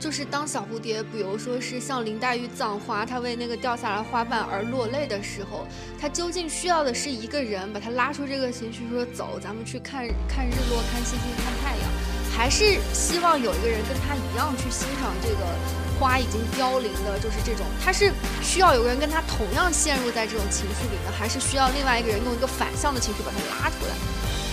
就是当小蝴蝶，比如说是像林黛玉葬花，她为那个掉下来花瓣而落泪的时候，她究竟需要的是一个人把她拉出这个情绪，说走，咱们去看看日落，看星星，看太阳，还是希望有一个人跟她一样去欣赏这个花已经凋零的，就是这种，她是需要有个人跟她同样陷入在这种情绪里呢，还是需要另外一个人用一个反向的情绪把她拉出来？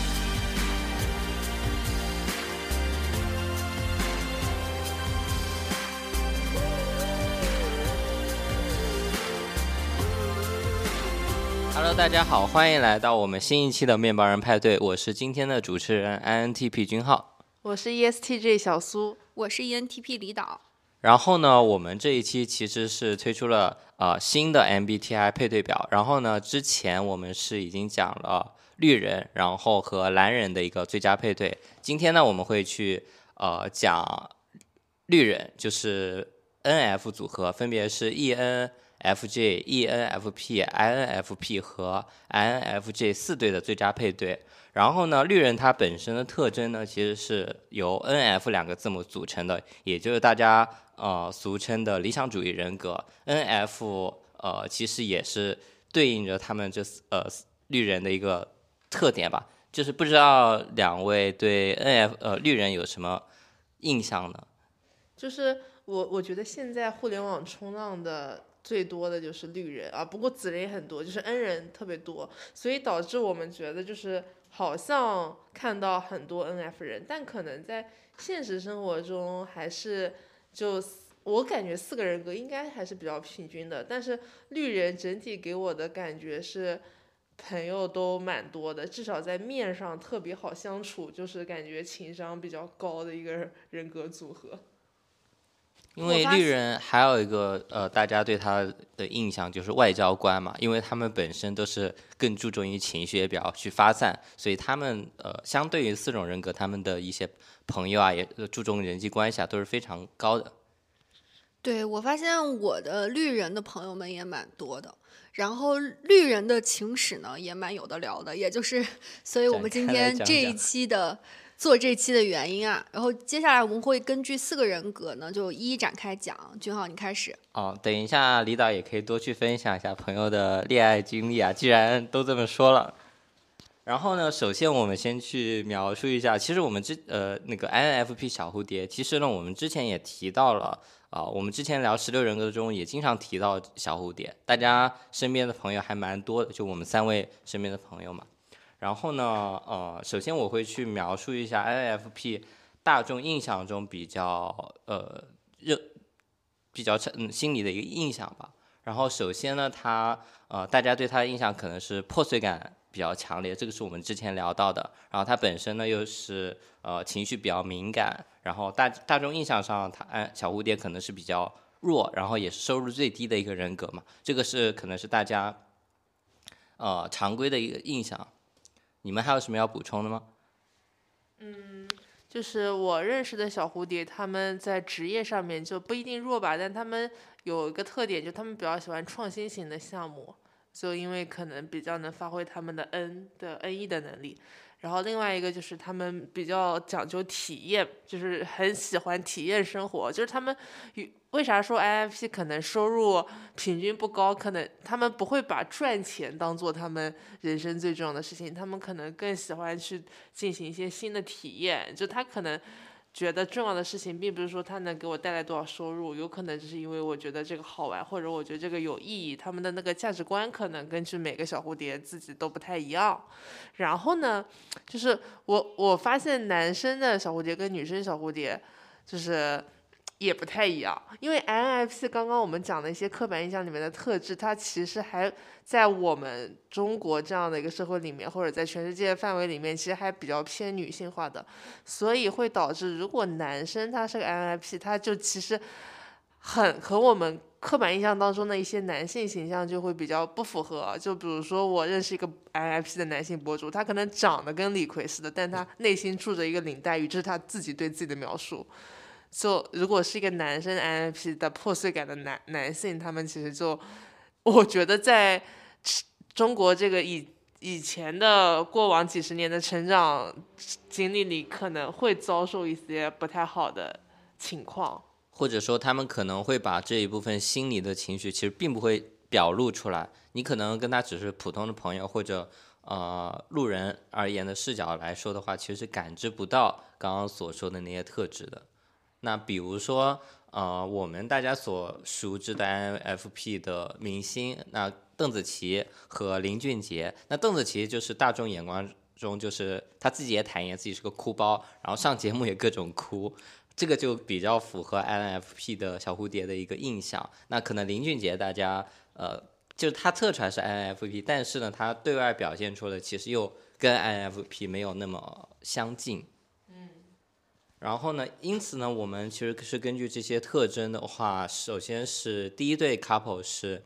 Hello， 大家好，欢迎来到我们新一期的面包人派对，我是今天的主持人 INTP 君浩， 我是 ESTJ 小苏， 我是 ENTP 李导。 然后呢，我们这一期其实是推出了新的 MBTI 配对表。然后呢，之前我们是已经讲了绿人，然后和蓝人的一个最佳配对。今天呢，我们会去讲绿人，就是 NF 组合，分别是 ENFJ、ENFP、INFP 和 INFJ 4对的最佳配对。然后呢，绿人它本身的特征呢，其实是由 NF 两个字母组成的，也就是大家俗称的理想主义人格。NF 其实也是对应着他们这绿人的一个特点吧。就是不知道两位对 绿人有什么印象呢？ 就是我觉得现在互联网冲浪的最多的就是绿人啊，不过紫人也很多，就是 N 人特别多，所以导致我们觉得就是好像看到很多 NF 人，但可能在现实生活中还是就我感觉4个人格应该还是比较平均的，但是绿人整体给我的感觉是朋友都蛮多的，至少在面上特别好相处，就是感觉情商比较高的一个人格组合。 因为绿人还有一个大家对他的印象就是外交官嘛，因为他们本身都是更注重于情绪，也比较去发散，所以他们相对于4种人格，他们的一些朋友啊，也注重人际关系啊，都是非常高的。 对，我发现我的绿人的朋友们也蛮多的，然后绿人的情史呢也蛮有的聊的，也就是所以我们今天这一期的做这期的原因啊，然后接下来我们会根据4个人格呢就一一展开讲。君浩，你开始。 等一下李导也可以多去分享一下朋友的恋爱经历啊，既然都这么说了。然后呢，首先我们先去描述一下，其实我们那个 INFP 小蝴蝶，其实呢我们之前也提到了我们之前聊16人格中也经常提到小蝴蝶，大家身边的朋友还蛮多的，就我们3位身边的朋友嘛。然后呢，首先我会去描述一下 INFP 大众印象中比较心理的一个印象吧。然后首先呢，大家对他的印象可能是破碎感比较强烈，这个是我们之前聊到的。然后他本身呢又是情绪比较敏感，然后大众印象上小蝴蝶可能是比较弱，然后也是收入最低的一个人格嘛，这个可能是大家常规的一个印象。你们还有什么要补充的吗？ 就是我认识的小蝴蝶，他们在职业上面就不一定弱吧，但他们有一个特点，就他们比较喜欢创新型的项目，就因为可能比较能发挥他们的 NE 的能力。然后另外一个就是他们比较讲究体验，就是很喜欢体验生活，就是他们为啥说 INFP 可能收入平均不高，可能他们不会把赚钱当做他们人生最重要的事情，他们可能更喜欢去进行一些新的体验，就他可能觉得重要的事情并不是说它能给我带来多少收入，有可能只是因为我觉得这个好玩，或者我觉得这个有意义，他们的那个价值观可能根据每个小蝴蝶自己都不太一样。然后呢，就是我发现男生的小蝴蝶跟女生小蝴蝶就是也不太一样，因为 INFP 刚刚我们讲的一些刻板印象里面的特质，它其实还在我们中国这样的一个社会里面，或者在全世界范围里面，其实还比较偏女性化的，所以会导致如果男生他是个 INFP， 他就其实很和我们刻板印象当中的一些男性形象就会比较不符合。就比如说我认识一个 INFP 的男性博主，他可能长得跟李逵似的，但他内心住着一个林黛玉，这是他自己对自己的描述。如果是一个男生 INFP 的破碎感的男性，他们其实我觉得在中国这个以前的过往几十年的成长经历里，可能会遭受一些不太好的情况。 或者说他们可能会把这一部分心理的情绪其实并不会表露出来，你可能跟他只是普通的朋友或者路人而言的视角来说的话，其实是感知不到刚刚所说的那些特质的。那比如说我们大家所熟知的 INFP 的明星，那邓紫棋和林俊杰。那邓紫棋就是大众眼光中就是他自己也坦言自己是个哭包，然后上节目也各种哭，这个就比较符合 INFP 的小蝴蝶的一个印象。那可能林俊杰大家就是他测出来是 INFP， 但是呢他对外表现出的其实又跟 INFP 没有那么相近。然后呢，因此呢，我们其实是根据这些特征的话，首先是第一对 couple 是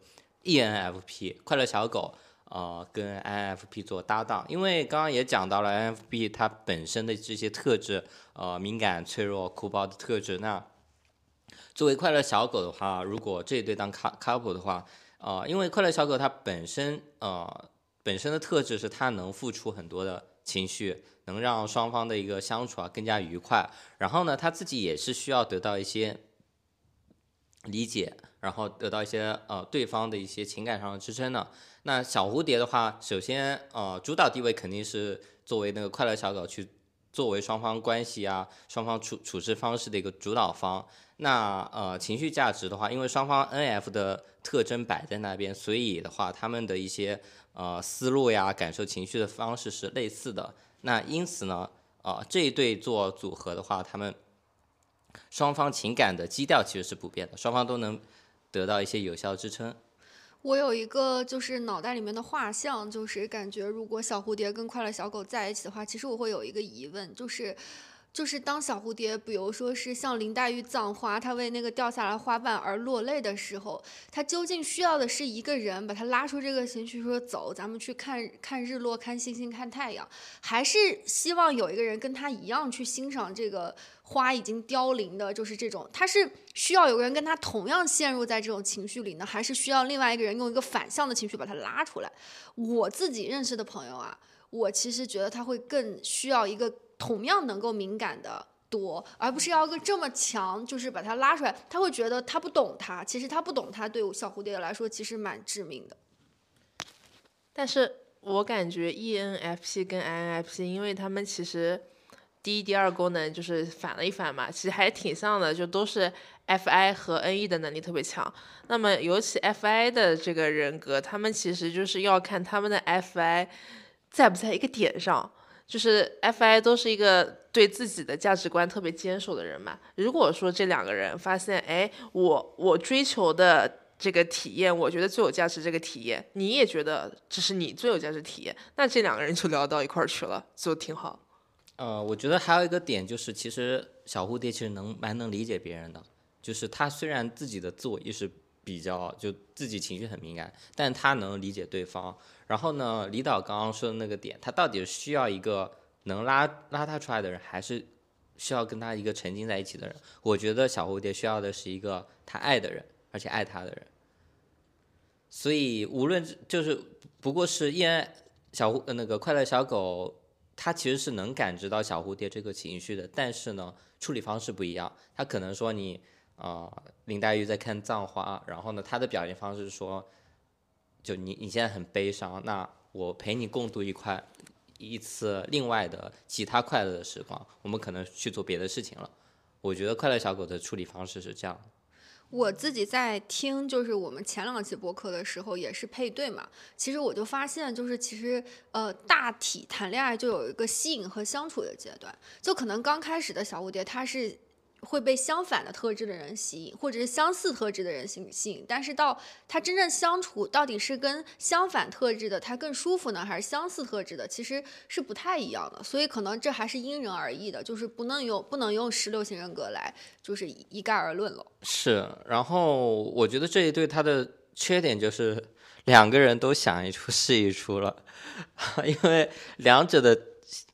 ENFP 快乐小狗，跟 INFP 做搭档。因为刚刚也讲到了 INFP 它本身的这些特质，敏感、脆弱、哭包的特质。那作为快乐小狗的话，如果这一对当 couple 的话，因为快乐小狗它本身的特质是它能付出很多的情绪，能让双方的一个相处更加愉快。然后呢，他自己也是需要得到一些理解，然后得到一些对方的一些情感上的支撑的。那小蝴蝶的话，首先主导地位肯定是作为那个快乐小狗去作为双方关系双方处事方式的一个主导方。那情绪价值的话，因为双方 NF 的特征摆在那边，所以的话他们的一些思路感受情绪的方式是类似的。那因此呢这一对做组合的话，他们双方情感的基调其实是不变的，双方都能得到一些有效支撑。 我有一个就是脑袋里面的画像，就是感觉如果小蝴蝶跟快乐小狗在一起的话，其实我会有一个疑问，就是当小蝴蝶，比如说是像林黛玉葬花，她为那个掉下来花瓣而落泪的时候，她究竟需要的是一个人把她拉出这个情绪，说走，咱们去看看日落，看星星，看太阳，还是希望有一个人跟她一样去欣赏这个花已经凋零的，就是这种，她是需要有个人跟她同样陷入在这种情绪里呢，还是需要另外一个人用一个反向的情绪把她拉出来？我自己认识的朋友我其实觉得他会更需要一个同样能够敏感的多，而不是要个这么强，就是把他拉出来。他会觉得他不懂他，其实他不懂他，对小蝴蝶来说其实蛮致命的。 但是我感觉 ENFP 跟 INFP， 因为他们其实第一、第二功能就是反了一反嘛，其实还挺像的，就都是 FI 和 NE 的能力特别强。那么尤其 FI 的这个人格，他们其实就是要看他们的 FI 在不在一个点上，就是 FI 都是一个对自己的价值观特别坚守的人嘛。如果说这两个人发现，哎，我追求的这个体验，我觉得最有价值这个体验，你也觉得这是你最有价值体验，那这两个人就聊到一块儿去了，就挺好。 我觉得还有一个点就是，其实小蝴蝶其实蛮能理解别人的，就是他虽然自己的自我意识比较就自己情绪很敏感，但他能理解对方。然后呢，李导刚刚说的那个点，他到底是需要一个能拉他出来的人，还是需要跟他一个沉浸在一起的人？我觉得小蝴蝶需要的是一个他爱的人，而且爱他的人。所以无论就是不过是那个快乐小狗，他其实是能感知到小蝴蝶这个情绪的，但是呢，处理方式不一样。他可能说你林黛玉在看葬花，然后呢，他的表现方式是说，就你现在很悲伤，那我陪你共度一次另外的其他快乐的时光，我们可能去做别的事情了。我觉得快乐小狗的处理方式是这样的。 我自己在听，就是我们前2期播客的时候也是配对嘛，其实我就发现，就是其实大体谈恋爱就有一个吸引和相处的阶段，就可能刚开始的小蝴蝶它是会被相反的特质的人吸引，或者是相似特质的人吸引，但是到他真正相处，到底是跟相反特质的他更舒服呢，还是相似特质的，其实是不太一样的。所以可能这还是因人而异的，就是不能用16型人格来就是一概而论了。 是，然后我觉得这一对他的缺点就是两个人都想一出是一出了，因为两者的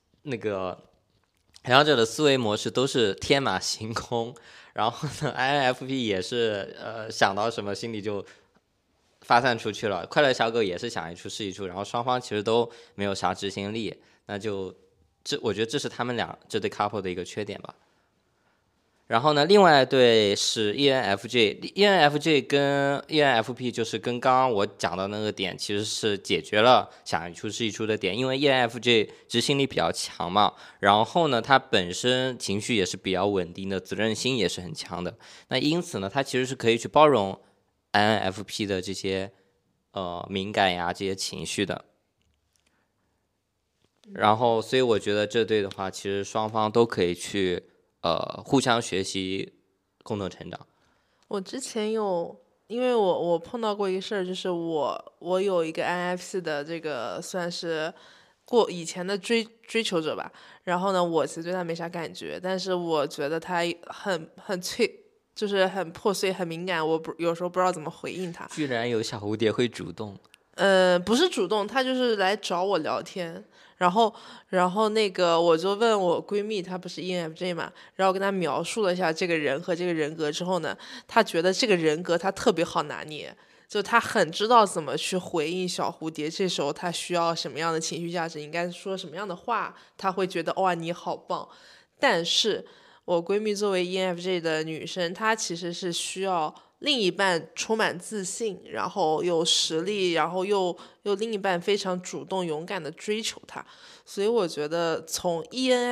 思维模式都是天马行空，然后呢 INFP 也是想到什么心里就发散出去了，快乐小狗也是想一出是一出，然后双方其实都没有啥执行力，那就我觉得这是他们这对 couple 的一个缺点吧。 然后呢，另外一对是 ENFJ 跟 ENFP 就是跟刚刚我讲的那个点，其实是解决了想一出是一出的点，因为 ENFJ 执行力比较强嘛，然后呢，他本身情绪也是比较稳定的，责任心也是很强的，那因此呢，他其实是可以去包容 INFP 的这些敏感呀这些情绪的。然后，所以我觉得这对的话，其实双方都可以去互相学习，共同成长。 我之前因为我碰到过一个事儿，就是我有一个 INFP 的这个算是以前的追求者吧，然后呢，我其实对他没啥感觉，但是我觉得他很脆，就是很破碎、很敏感，有时候不知道怎么回应他。 居然有小蝴蝶会主动， 不是主动，他就是来找我聊天，然后那个我就问我闺蜜，她不是 ENFJ 嘛，然后我跟她描述了一下这个人和这个人格之后呢，她觉得这个人格她特别好拿捏，就她很知道怎么去回应小蝴蝶，这时候她需要什么样的情绪价值，应该说什么样的话，她会觉得哇你好棒。但是我闺蜜作为 ENFJ 的女生，她其实是需要另一半充满自信，然后有实力，然后又另一半非常主动勇敢的追求她。所以我觉得从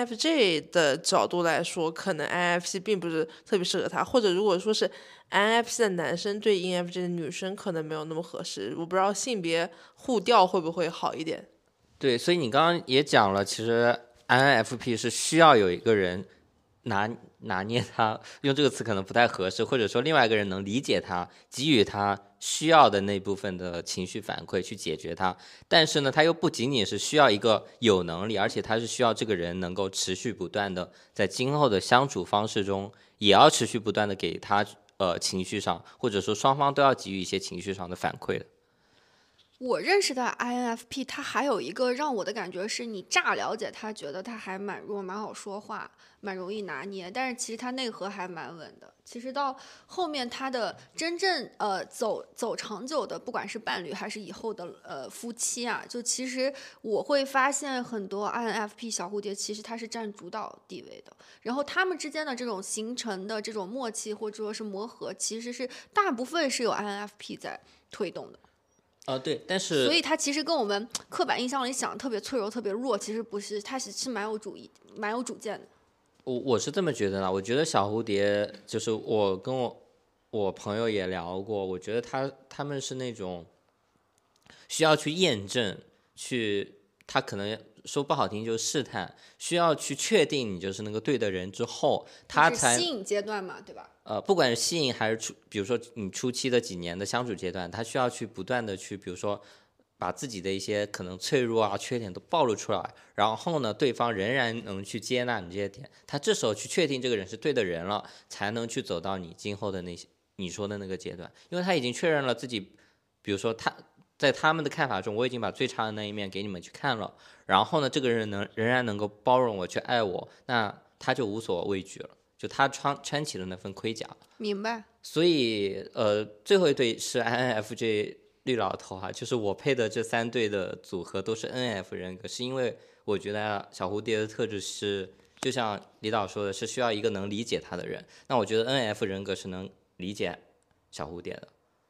ENFJ 的角度来说，可能 INFP 并不是特别适合他，或者如果说是 INFP 的男生对 ENFJ 的女生可能没有那么合适，我不知道性别互调会不会好一点。 对，所以你刚刚也讲了，其实 INFP 是需要有一个人拿捏他，用这个词可能不太合适，或者说另外一个人能理解他，给予他需要的那部分的情绪反馈去解决他。但是呢，他又不仅仅是需要一个有能力，而且他是需要这个人能够持续不断的在今后的相处方式中，也要持续不断的给他情绪上，或者说双方都要给予一些情绪上的反馈的。 我认识的 INFP，他还有一个让我的感觉是，你乍了解他，觉得他还蛮弱、蛮好说话、蛮容易拿捏，但是其实他内核还蛮稳的。其实到后面，他的真正走长久的，不管是伴侣还是以后的夫妻啊，就其实我会发现很多 INFP 小蝴蝶，其实他是占主导地位的。然后他们之间的这种形成的这种默契或者说是磨合，其实是大部分是由 INFP 在推动的。 对，但是所以他其实跟我们刻板印象里想的特别脆弱、特别弱，其实不是，他是蛮有主见的。 我是这么觉得的，我觉得小蝴蝶就是我跟我朋友也聊过，我觉得他们是那种需要去验证，他可能说不好听就是试探，需要去确定你就是那个对的人之后，他才吸引阶段嘛，对吧？ 不管是吸引还是比如说你初期的几年的相处阶段，他需要去不断的去，比如说把自己的一些可能脆弱啊、缺点都暴露出来，然后呢，对方仍然能去接纳你这些点，他这时候去确定这个人是对的人了，才能去走到你今后的那些你说的那个阶段，因为他已经确认了自己，比如说在他们的看法中，我已经把最差的那一面给你们去看了，然后呢，这个人仍然能够包容我、去爱我，那他就无所畏惧了。就他穿起了那份盔甲， 明白。 所以最后一对是 INFJ 绿老头哈，就是我配的这3对的组合都是 NF 人格，是因为我觉得小蝴蝶的特质是，就像李导说的，是需要一个能理解他的人。那我觉得 NF 人格是能理解小蝴蝶的。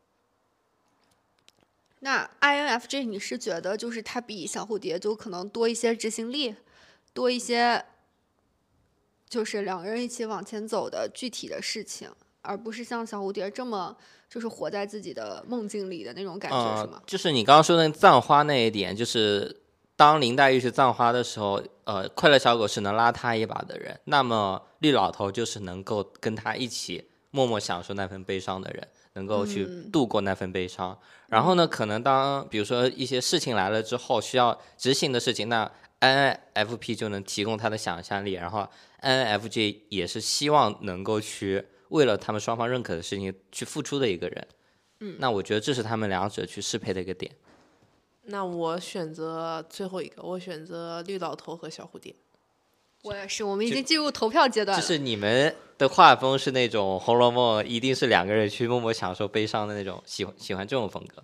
那 INFJ 你是觉得就是他比小蝴蝶就可能多一些执行力，多一些就是两个人一起往前走的具体的事情，而不是像小蝴蝶这么就是活在自己的梦境里的那种感觉，是吗？ 就是你刚刚说的葬花那一点，就是当林黛玉去葬花的时候，快乐小狗是能拉他一把的人，那么绿老头就是能够跟他一起默默享受那份悲伤的人，能够去度过那份悲伤。然后呢，可能比如说一些事情来了之后，需要执行的事情，那 INFP 就能提供他的想象力，然后 INFJ 也是希望能够去为了他们双方认可的事情去付出的一个人。那我觉得这是他们两者去适配的一个点。 那我选择最后一个，我选择绿老头和小蝴蝶。 我也是，我们已经进入投票阶段了。 就是你们的画风是那种《红楼梦》，一定是2个人去默默享受悲伤的那种，喜欢这种风格。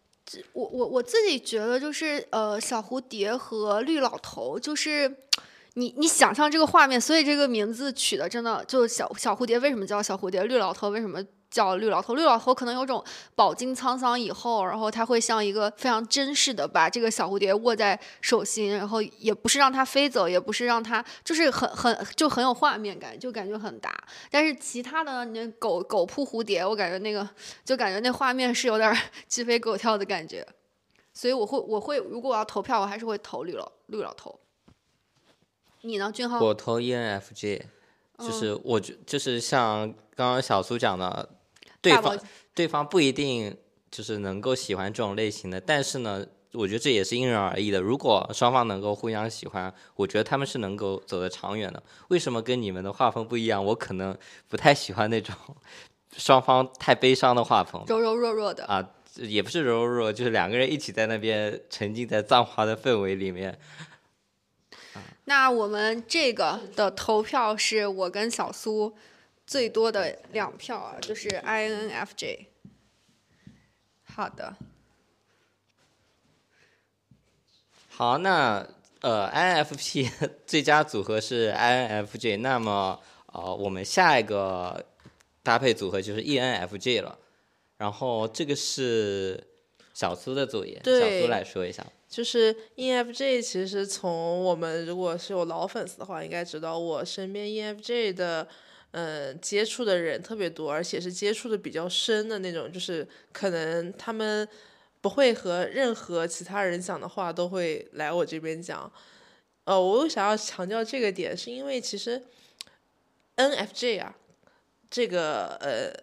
我自己觉得就是小蝴蝶和绿老头，就是你想象这个画面，所以这个名字取的真的就小蝴蝶为什么叫小蝴蝶，绿老头为什么叫绿老头？绿老头可能有种饱经沧桑以后，然后他会像一个非常珍视的把这个小蝴蝶握在手心，然后也不是让它飞走，也不是让它，就是很有画面感，就感觉很大。但是其他的那狗扑蝴蝶，我感觉那画面是有点鸡飞狗跳的感觉。所以我会，如果我要投票，我还是会投绿老头。你呢，俊浩？ 我投 ENFJ， 就是像刚刚小苏讲的，对方不一定就是能够喜欢这种类型的，但是呢，我觉得这也是因人而异的。如果双方能够互相喜欢，我觉得他们是能够走得长远的。为什么跟你们的画风不一样？我可能不太喜欢那种双方太悲伤的画风， 柔柔弱弱的啊，也不是柔弱，就是两个人一起在那边沉浸在藏花的氛围里面。 那我们这个的投票是我跟小苏最多的2票啊，就是 INFJ。好的。 好，那INFP 最佳组合是 INFJ， 那么我们下一个搭配组合就是 ENFJ 了。然后这个是小苏的作业，小苏来说一下。 就是 ENFJ 其实从我们如果是有老粉丝的话，应该知道我身边 ENFJ 的接触的人特别多，而且是接触的比较深的那种，就是可能他们不会和任何其他人讲的话都会来我这边讲。我想要强调这个点，是因为其实 NFJ 啊，这个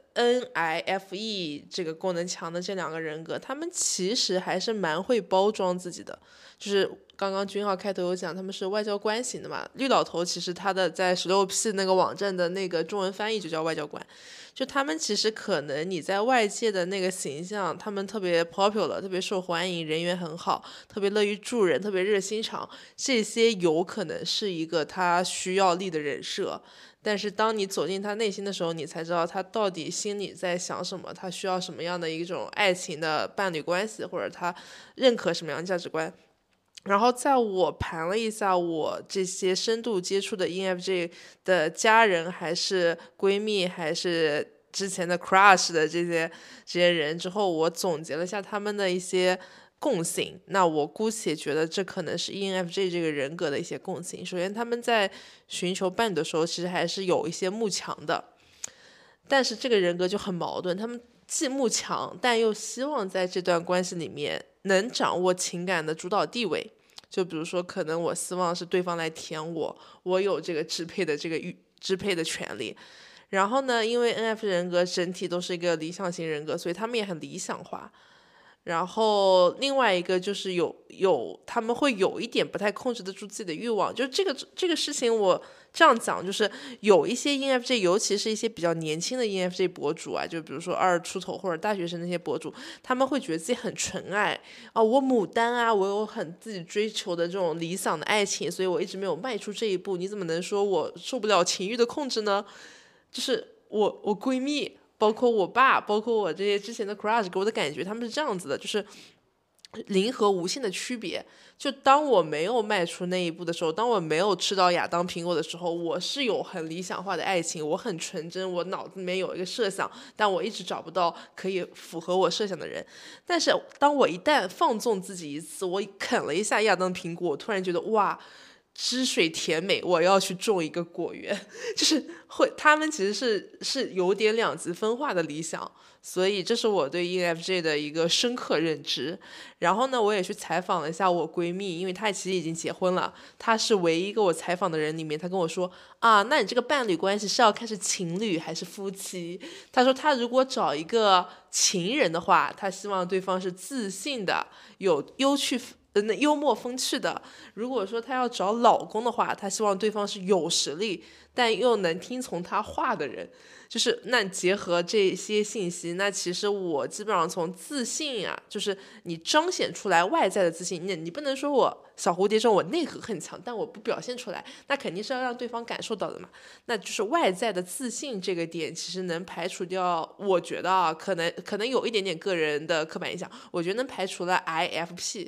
NIFE 这个功能强的这2个人格，他们其实还是蛮会包装自己的。就是刚刚君浩开头有讲，他们是外交官型的嘛。绿老头其实他的在16P 那个网站的那个中文翻译就叫外交官。就他们其实可能你在外界的那个形象，他们特别 popular， 特别受欢迎，人缘很好，特别乐于助人，特别热心肠，这些有可能是一个他需要立的人设。但是当你走进他内心的时候，你才知道他到底心里在想什么，他需要什么样的一种爱情的伴侣关系，或者他认可什么样的价值观。然后在我盘了一下我这些深度接触的 ENFJ 的家人还是闺蜜还是之前的 crush 的这些人之后，我总结了一下他们的一些共性。那我姑且觉得这可能是 ENFJ 这个人格的一些共性。首先他们在寻求伴侣的时候其实还是有一些慕强的，但是这个人格就很矛盾，他们既慕强但又希望在这段关系里面能掌握情感的主导地位。就比如说可能我希望是对方来填我有这个支配的权利。然后呢，因为 NF 人格整体都是一个理想型人格，所以他们也很理想化。然后另外一个就是他们会有一点不太控制得住自己的欲望。就这个事情我这样讲，就是有一些 ENFJ， 尤其是一些比较年轻的 ENFJ 博主啊，就比如说20出头或者大学生那些博主，他们会觉得自己很纯爱啊，我牡丹啊，我有很自己追求的这种理想的爱情，所以我一直没有迈出这一步。你怎么能说我受不了情欲的控制呢？就是我闺蜜，包括我爸，包括我这些之前的 crush 给我的感觉，他们是这样子的，就是零和无限的区别。就当我没有迈出那一步的时候，当我没有吃到亚当苹果的时候，我是有很理想化的爱情，我很纯真，我脑子里面有一个设想，但我一直找不到可以符合我设想的人。但是当我一旦放纵自己一次，我啃了一下亚当苹果，我突然觉得哇，汁水甜美，我要去种一个果园。就是他们其实是有点两极分化的理想。所以这是我对 ENFJ 的一个深刻认知。然后呢，我也去采访了一下我闺蜜，因为她其实已经结婚了，她是唯一一个我采访的人里面，她跟我说啊，那你这个伴侣关系是要看是情侣还是夫妻。她说她如果找一个情人的话，她希望对方是自信的，有幽默风趣的。如果说她要找老公的话，她希望对方是有实力但又能听从她话的人。就是那结合这些信息，那其实我基本上从自信啊，就是你彰显出来外在的自信，你不能说我小蝴蝶中我内核很强，但我不表现出来，那肯定是要让对方感受到的嘛。那就是外在的自信这个点，其实能排除掉，我觉得啊，可能有一点点个人的刻板印象，我觉得能排除了 IFP。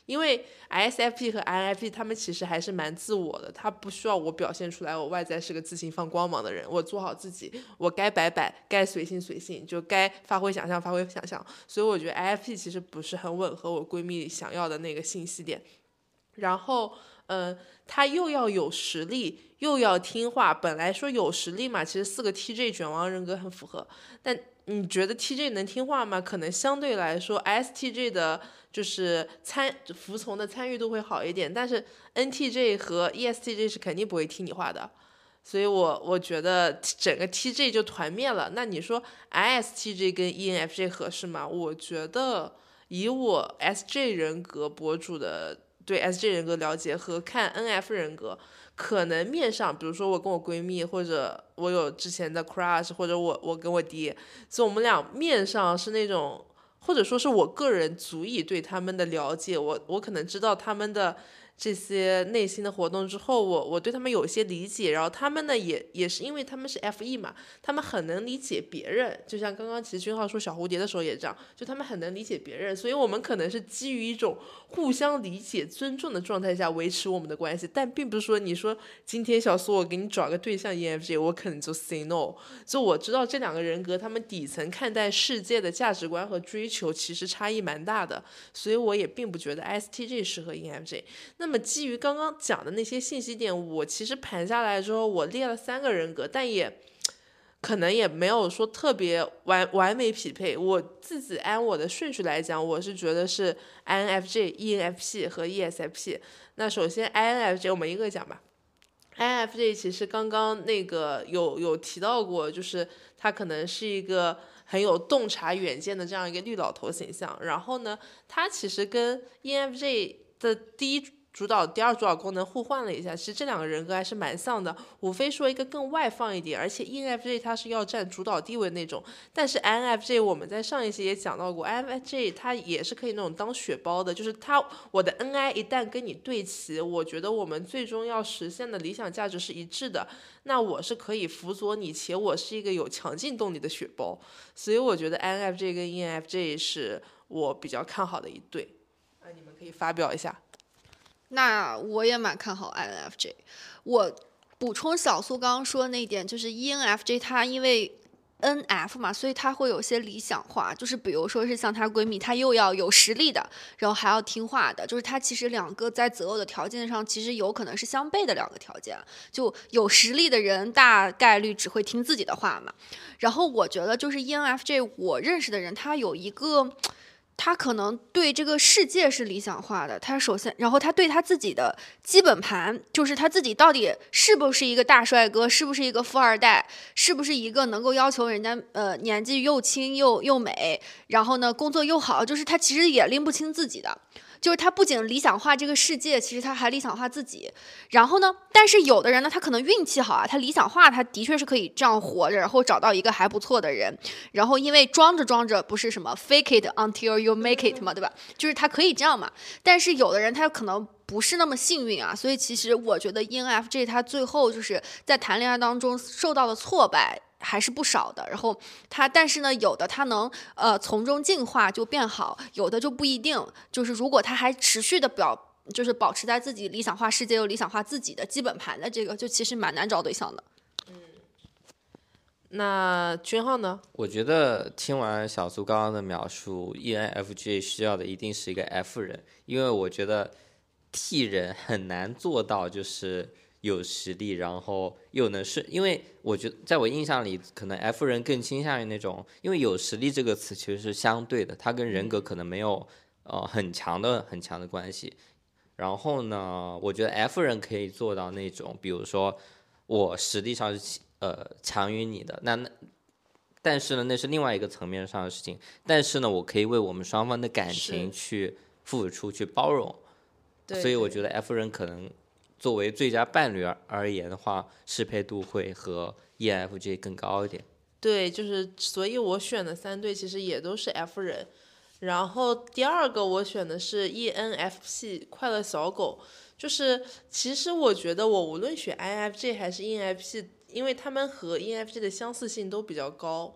因为 ISFP 和 INFP 他们其实还是蛮自我的，他不需要我表现出来我外在是个自信放光芒的人，我做好自己，我该摆摆，该随性随性，就该发挥想象发挥想象。所以我觉得 INFP 其实不是很吻合我闺蜜想要的那个信息点。然后他又要有实力又要听话，本来说有实力嘛，其实4个 TJ 卷王人格很符合，但你觉得 TJ 能听话吗？可能相对来说 STJ 的就是服从的参与度会好一点，但是 NTJ 和 ESTJ 是肯定不会听你话的。所以我觉得整个 TJ 就团灭了。那你说 ISTJ 跟 ENFJ 合适吗？我觉得以我 SJ 人格博主的对 SJ 人格了解和看 NF 人格，可能面上比如说我跟我闺蜜，或者我有之前的 crush， 或者我跟我爹，所以我们俩面上是那种，或者说是我个人足以对他们的了解，我可能知道他们的这些内心的活动之后，我对他们有一些理解，然后他们呢也是因为他们是 FE 嘛，他们很能理解别人，就像刚刚其实君浩说小蝴蝶的时候也这样，就他们很能理解别人，所以我们可能是基于一种互相理解尊重的状态下维持我们的关系，但并不是说你说今天小苏我给你找个对象 ENFJ 我可能就 say no， 就我知道这两个人格他们底层看待世界的价值观和追求其实差异蛮大的，所以我也并不觉得 ISTJ 适合 ENFJ。 那么基于刚刚讲的那些信息点，我其实盘下来之后我列了3个人格，但也可能也没有说特别完美匹配，我自己按我的顺序来讲，我是觉得是 INFJ、ENFP 和 ESFP。 那首先 INFJ 我们一个讲吧。 INFJ 其实刚刚那个有提到过，就是他可能是一个很有洞察远见的这样一个绿老头形象，然后呢他其实跟 ENFJ 的第二主导功能互换了一下，其实这两个人格还是蛮像的，无非说一个更外放一点，而且 ENFJ 它是要占主导地位那种，但是 INFJ 我们在上一期也讲到过， INFJ 它也是可以那种当血包的，就是我的 NI 一旦跟你对齐，我觉得我们最终要实现的理想价值是一致的，那我是可以辅佐你，且我是一个有强劲动力的血包，所以我觉得 INFJ 跟 ENFJ 是我比较看好的一对。你们可以发表一下。 那我也蛮看好 INFJ。 我补充小苏刚刚说的那一点，就是 ENFJ 它因为 NF 嘛，所以它会有些理想化，就是比如说是像她闺蜜，她又要有实力的，然后还要听话的，就是她其实两个在择偶的条件上其实有可能是相悖的两个条件，就有实力的人大概率只会听自己的话嘛。然后我觉得就是 ENFJ 我认识的人，他有一个他可能对这个世界是理想化的，他首先，然后他对他自己的基本盘，就是他自己到底是不是一个大帅哥，是不是一个富二代，是不是一个能够要求人家年纪又轻又美，然后呢工作又好，就是他其实也拎不清自己的。就是他不仅理想化这个世界，其实他还理想化自己。然后呢，但是有的人呢，他可能运气好啊，他理想化，他的确是可以这样活着，然后找到一个还不错的人。然后因为装着不是什么 fake it until you make it 嘛，对吧？就是他可以这样嘛。但是有的人他可能不是那么幸运啊，所以其实我觉得 ENFJ 他最后就是在谈恋爱当中受到的挫败还是不少的，然后但是呢，有的他能从中进化就变好，有的就不一定。就是如果他还持续的就是保持在自己理想化世界又理想化自己的基本盘的这个，就其实蛮难找对象的。 那君浩呢？ 我觉得听完小苏刚刚的描述 ，ENFJ 需要的一定是一个 F 人，因为我觉得 T 人很难做到就是有实力，然后又能因为我觉得在我印象里，可能 F 人更倾向于那种，因为有实力这个词其实是相对的，它跟人格可能没有很强的关系。然后呢，我觉得 F 人可以做到那种，比如说我实力上是强于你的，但是呢，那是另外一个层面上的事情。但是呢，我可以为我们双方的感情去付出、去包容。所以我觉得 F 人可能作为最佳伴侣而言的话，适配度会和 ENFJ 更高一点。 对，就是所以我选的3对其实也都是 F 人。然后第二个我选的是 ENFP 快乐小狗，就是其实我觉得我无论选 INFJ 还是 ENFP，因为他们和 ENFJ 的相似性都比较高。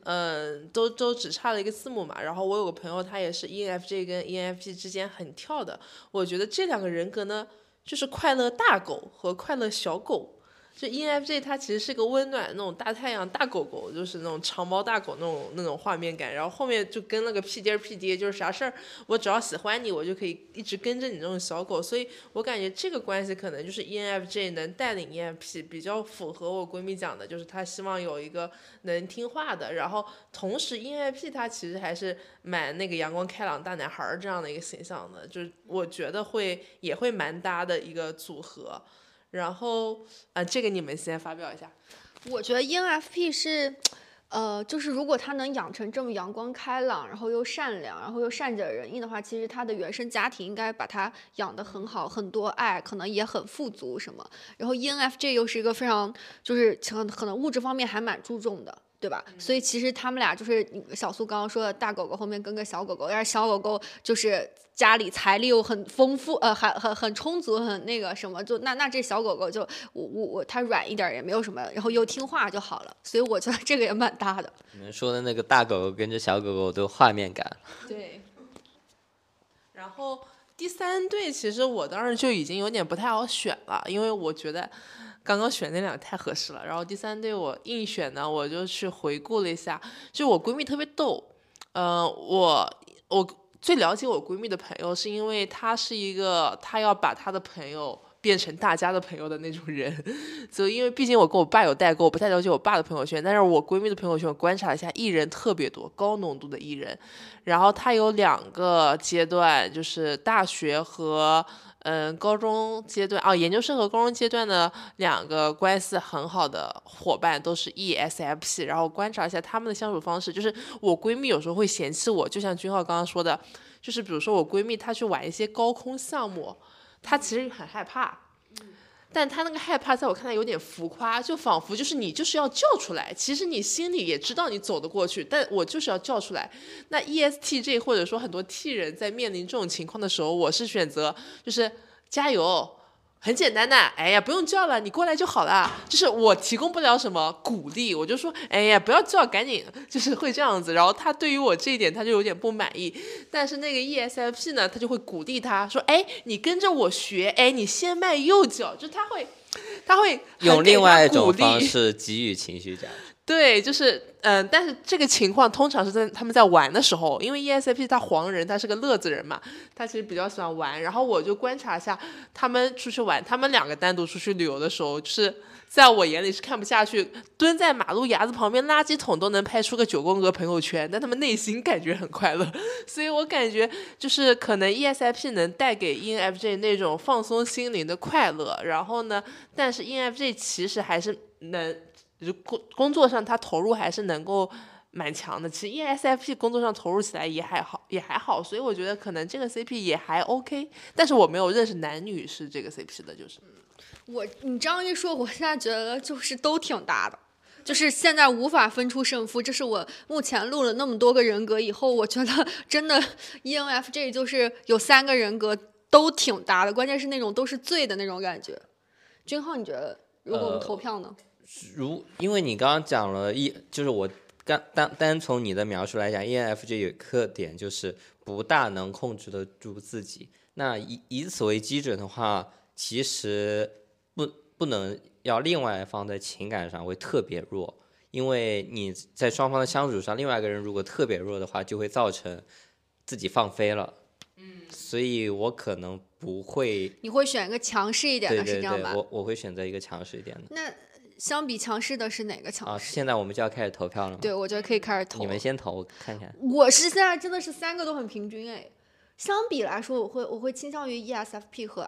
都只差了一个字母嘛。然后我有个朋友，他也是 ENFJ 跟 ENFP 之间很跳的。我觉得这两个人格呢，就是快乐大狗和快乐小狗。就 ENFJ 它其实是个温暖那种大太阳大狗狗，就是那种长毛大狗那种画面感，然后后面就跟那个屁颠儿屁爹，就是啥事儿我只要喜欢你，我就可以一直跟着你那种小狗。所以我感觉这个关系可能就是 ENFJ 能带领 ENFP， 比较符合我闺蜜讲的，就是她希望有一个能听话的，然后同时 ENFP 它其实还是蛮那个阳光开朗大男孩这样的一个形象的，就是我觉得也会蛮搭的一个组合。然后这个你们先发表一下。 我觉得 ENFP 是，就是如果他能养成这么阳光开朗，然后又善良，然后又善解人意的话，其实他的原生家庭应该把他养得很好，很多爱，可能也很富足什么。然后 ENFJ 又是一个非常，就是可能物质方面还蛮注重的。对吧？所以其实他们俩就是小苏刚刚说的大狗狗后面跟个小狗狗，但是小狗狗就是家里财力又很丰富，还很充足，很那个什么，就那这小狗狗就它软一点也没有什么，然后又听话就好了。所以我觉得这个也蛮大的。 你们说的那个大狗狗跟着小狗狗都有画面感。 对。然后第三对其实我当时就已经有点不太好选了，因为我觉得刚刚选那两个太合适了。然后第三对我硬选呢，我就去回顾了一下，就我闺蜜特别逗。我最了解我闺蜜的朋友，是因为她是一个她要把她的朋友变成大家的朋友的那种人。所以因为毕竟我跟我爸有代沟，我不太了解我爸的朋友圈，但是我闺蜜的朋友圈我观察了一下，E人特别多，高浓度的E人。然后她有2个阶段，就是大学和高中阶段研究生和高中阶段的2个关系很好的伙伴都是 ESFP， 然后观察一下他们的相处方式。就是我闺蜜有时候会嫌弃我，就像君浩刚刚说的，就是比如说我闺蜜她去玩一些高空项目，她其实很害怕，但她那个害怕在我看来有点浮夸，就仿佛就是你就是要叫出来，其实你心里也知道你走得过去，但我就是要叫出来。那 ESTJ 或者说很多 T 人在面临这种情况的时候，我是选择就是加油，很简单的，哎呀不用叫了，你过来就好了。就是我提供不了什么鼓励，我就说哎呀不要叫，赶紧，就是会这样子。然后他对于我这一点他就有点不满意，但是那个 ESFP 呢，他就会鼓励他说，哎你跟着我学，哎你先迈右脚，就他会用另外一种方式给予情绪价值。 对，就是但是这个情况通常是他们在玩的时候，因为 ESFP 他黄人，他是个乐子人嘛，他其实比较喜欢玩。然后我就观察一下他们出去玩，他们2个单独出去旅游的时候，就是在我眼里是看不下去，蹲在马路牙子旁边垃圾桶都能拍出个9宫格朋友圈，但他们内心感觉很快乐。所以我感觉就是可能 ESFP 能带给 ENFJ 那种放松心灵的快乐，然后呢，但是 ENFJ 其实还是能就工作上他投入还是能够蛮强的。其实 ESFP 工作上投入起来也还好，所以我觉得可能这个 CP 也还 OK。但是我没有认识男女是这个 CP 的，就是你这样一说，我现在觉得就是都挺大的，就是现在无法分出胜负。这是我目前录了那么多个人格以后，我觉得真的 ENFJ 就是有3个人格都挺大的，关键是那种都是醉的那种感觉。君浩，你觉得如果我们投票呢？ 因为你刚刚讲了就是我单从你的描述来讲 ，ENFJ 有特点就是不大能控制得住自己。那以此为基准的话，其实不能要另外一方在情感上会特别弱，因为你在双方的相处上，另外一个人如果特别弱的话，就会造成自己放飞了。所以我可能不会。 你会选一个强势一点的，是这样吧？ 我会选择一个强势一点的。 那相比强势的是哪个强势？ 现在我们就要开始投票了吗？ 对，我觉得可以开始投。 你们先投看看。 我是现在真的是3个都很平均哎。相比来说，我会倾向于 ESFP 和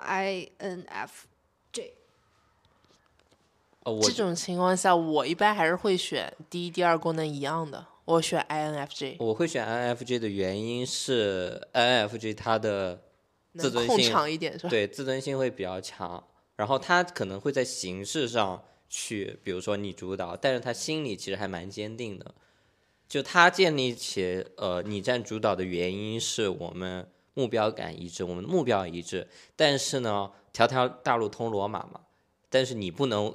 INFJ。 这种情况下，我一般还是会选第一、第2功能一样的，我选 INFJ。 我会选 INFJ 的原因是 INFJ 它的自尊性控场一点是吧？ 对，自尊心会比较强，然后他可能会在形式上去，比如说你主导，但是他心里其实还蛮坚定的。就他建立起你占主导的原因是我们目标感一致，我们的目标一致，但是呢条条大路通罗马嘛，但是你不能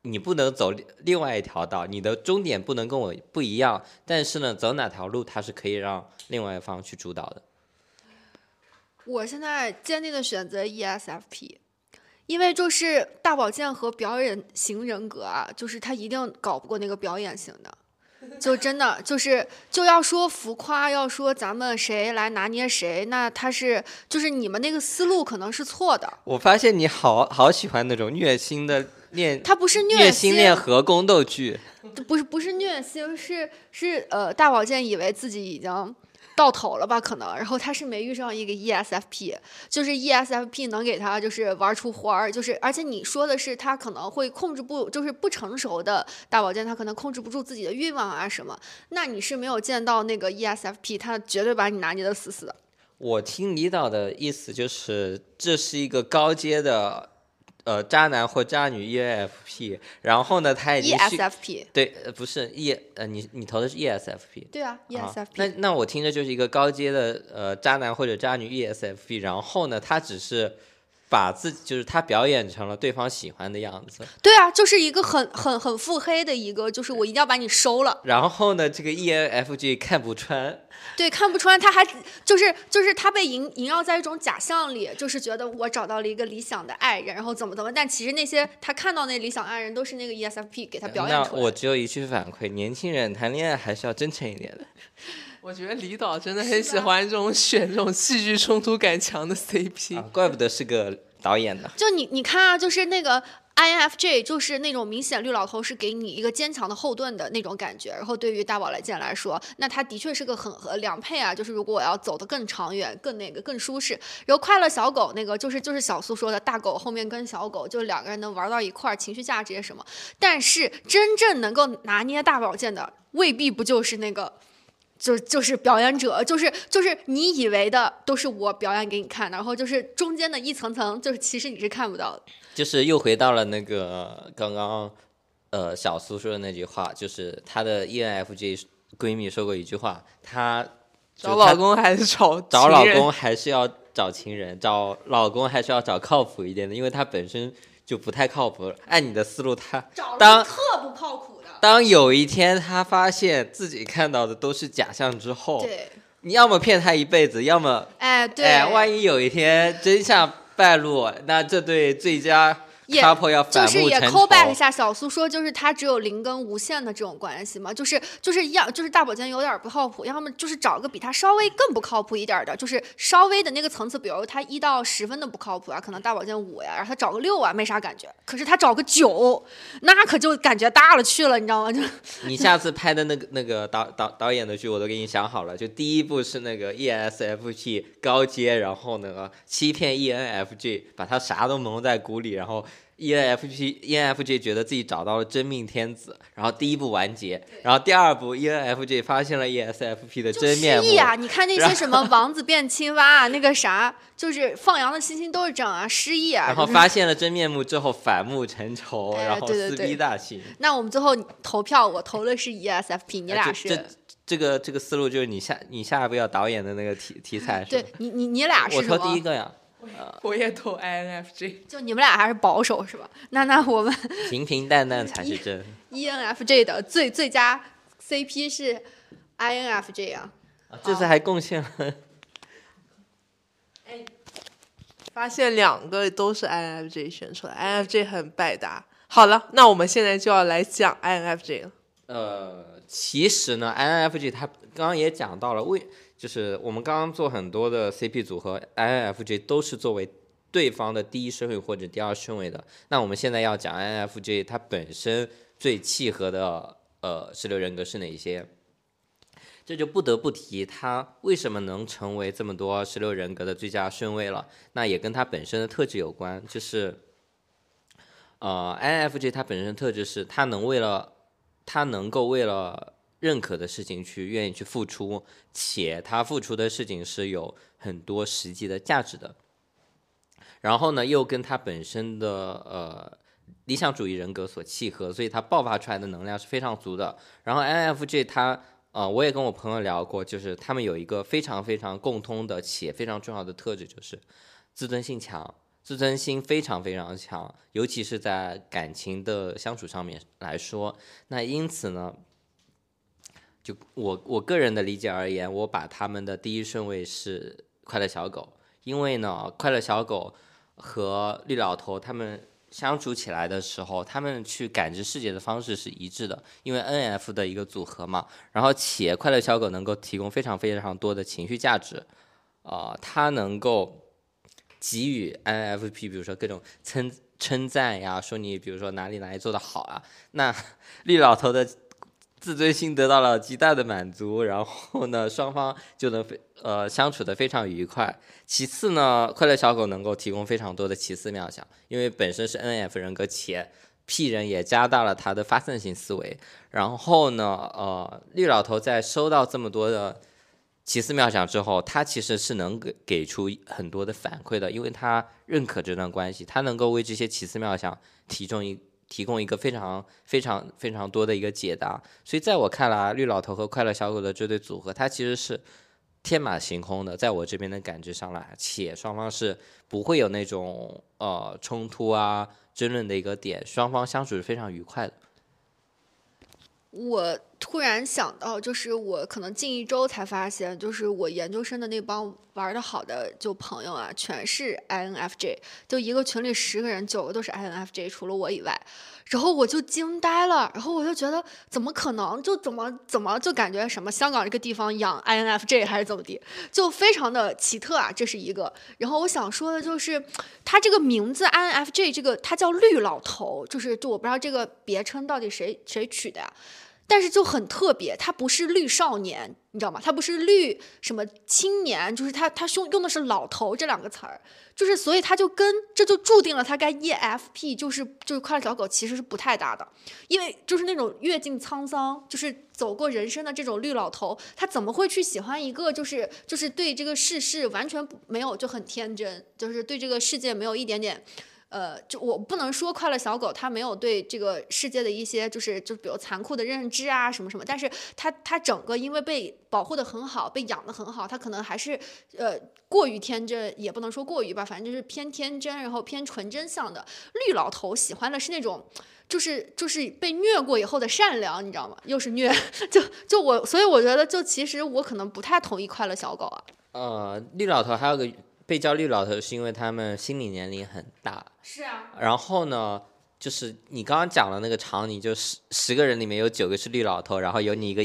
你不能走另外一条道，你的终点不能跟我不一样，但是呢，走哪条路它是可以让另外一方去主导的。 我现在坚定的选择 ESFP， 因为就是大保健和表演型人格啊，就是他一定搞不过那个表演型的。就真的就要说浮夸，要说咱们谁来拿捏谁，那就是你们那个思路可能是错的。 我发现你好喜欢那种虐心的练， 他不是虐心练和宫斗剧， 不是虐心，是大保健以为自己已经到头了吧可能，然后他是没遇上一个 ESFP， 就是 ESFP 能给他就是玩出花儿，就是而且你说的是他可能会控制不，就是不成熟的大保健他可能控制不住自己的欲望啊什么，那你是没有见到那个 ESFP， 他绝对把你拿捏的死死的。 我听李导的意思就是这是一个高阶的渣男或渣女 ENFP， 然后呢他已经 ESFP 对不是你投的是 ESFP， 对啊 ESFP， 那我听着就是一个高阶的渣男或者渣女 ESFP， 然后呢他只是把自己就是他表演成了对方喜欢的样子。 对啊，就是一个很腹黑的一个，就是我一定要把你收了。 然后呢，这个 ENFJ 看不穿。 对，看不穿，他还就是他被萦绕在一种假象里，就是觉得我找到了一个理想的爱人，然后怎么，但其实那些他看到那理想爱人都是那个 ESFP 给他表演出来的。 那我只有一句反馈：年轻人谈恋爱还是要真诚一点的。 我觉得李导真的很喜欢选这种戏剧冲突感强的 CP， 怪不得是个导演呢。 就你看啊，就是那个 INFJ 就是那种明显绿老头是给你一个坚强的后盾的那种感觉，然后对于大宝来健来说，那他的确是个很良配啊。就是如果我要走得更长远、更舒适，然后快乐小狗那个就是小苏说的大狗后面跟小狗，就两个人能玩到一块儿，情绪价值也什么。但是真正能够拿捏大保健的，未必不就是那个。就是表演者，就是你以为的都是我表演给你看的，然后就是中间的一层层，就是其实你是看不到的。 就是又回到了那个刚刚小苏说的那句话，就是她的 ENFJ 闺蜜说过一句话，她找老公还是找老公还是要找情人，找老公还是要找靠谱一点的，因为她本身就不太靠谱。按你的思路，她找特不靠谱。 当有一天他发现自己看到的都是假象之后， 对， 你要么骗他一辈子，要么对， 万一有一天真相败露，那这对最佳 couple 要反目成仇。 就是也 call back 一下小苏说，就是他只有零跟无限的这种关系嘛，就是大保健有点不靠谱，要么就是找个比他稍微更不靠谱一点的，就是稍微的那个层次，比如他1到10分的不靠谱啊，可能大保健5呀，然后他找个6啊没啥感觉，可是他找个9，那可就感觉大了去了，你知道吗？就你下次拍的那个导演的剧我都给你想好了，就第一部是那个 ESFP 高阶，然后呢欺骗 ENFJ， 把他啥都蒙在鼓里，然后ENFJ 觉得自己找到了真命天子，然后第一部完结，然后第二部 ENFJ 发现了 ESFP 的真面目。 啊！你看那些什么王子变青蛙啊，那个啥，就是放羊的星星都是这样啊，失忆啊。 然后发现了真面目之后反目成仇，然后撕逼大庆。 那我们最后投票，我投的是 ESFP， 你俩是？ 这个思路就是你下一步要导演的那个题材是？ 对，你俩是什么？ 我投第一个呀。 我也投 INFJ， 就你们俩还是保守是吧？那我们平平淡淡才是真。 ENFJ 的最佳 CP 是 INFJ 啊， 这次还贡献了。 发现2个都是 INFJ 选出来 ，INFJ 很百搭。好了，那我们现在就要来讲 INFJ 了。 其实呢 ，INFJ 他刚刚也讲到了，就是我们刚刚做很多的 CP 组合 ，INFJ 都是作为对方的第一顺位或者第2顺位的。那我们现在要讲 INFJ 它本身最契合的16人格是哪些？这就不得不提它为什么能成为这么多16人格的最佳顺位了。那也跟它本身的特质有关，就是INFJ 它本身的特质是它能够为了认可的事情愿意去付出，且他付出的事情是有很多实际的价值的。然后呢，又跟他本身的理想主义人格所契合，所以他爆发出来的能量是非常足的。然后 INFJ 他我也跟我朋友聊过，就是他们有一个非常非常共通的且非常重要的特质，就是自尊心强， 自尊心非常非常强，尤其是在感情的相处上面来说。那因此呢，就我个人的理解而言，我把他们的第一顺位是快乐小狗，因为呢，快乐小狗和绿老头他们相处起来的时候，他们去感知世界的方式是一致的，因为 NF 的一个组合嘛。然后且快乐小狗能够提供非常非常多的情绪价值，它能够给予 INFP 比如说各种称赞呀，说你比如说哪里做得好啊，那绿老头的自尊心得到了极大的满足，然后呢，双方就能相处得非常愉快。其次呢，快乐小狗能够提供非常多的奇思妙想，因为本身是 NF 人格，且 P 人也加大了他的发散性思维。然后呢，绿老头在收到这么多的奇思妙想之后，他其实是能给出很多的反馈的，因为他认可这段关系，他能够为这些奇思妙想提供一个非常非常非常多的一个解答。所以在我看来，绿老头和快乐小狗的这对组合，它其实是天马行空的，在我这边的感知上来，且双方是不会有那种冲突啊、争论的一个点，双方相处是非常愉快的。 我突然想到，就是我可能近1周才发现，就是我研究生的那帮玩得好的就朋友啊，全是 INFJ， 就一个群里10个人9个都是 INFJ， 除了我以外。然后我就惊呆了，然后我就觉得怎么可能，就怎么就感觉什么香港这个地方养 INFJ 还是怎么地，就非常的奇特啊，这是一个。然后我想说的就是，他这个名字 INFJ 这个他叫绿老头，就我不知道这个别称到底谁取的呀。但是就很特别，他不是绿少年，你知道吗？他不是绿什么青年，就是他用的是老头这2个词儿，就是所以他就这就注定了他跟 EFP 就是快乐小狗其实是不太搭的，因为就是那种阅尽沧桑，就是走过人生的这种绿老头，他怎么会去喜欢一个就是对这个世事完全没有，就很天真，就是对这个世界没有一点点。就我不能说快乐小狗它没有对这个世界的一些就比如残酷的认知啊什么什么，但是它整个因为被保护的很好，被养的很好，它可能还是过于天真，也不能说过于吧，反正就是偏天真，然后偏纯真向的。绿老头喜欢的是那种就是被虐过以后的善良，你知道吗？又是虐，所以我觉得其实我可能不太同意快乐小狗啊。 绿老头还有个被叫绿老头是因为他们心理年龄很大。 是啊。 然后呢，就是你刚刚讲的那个场景，就10个人里面有9个是绿老头，然后有你一个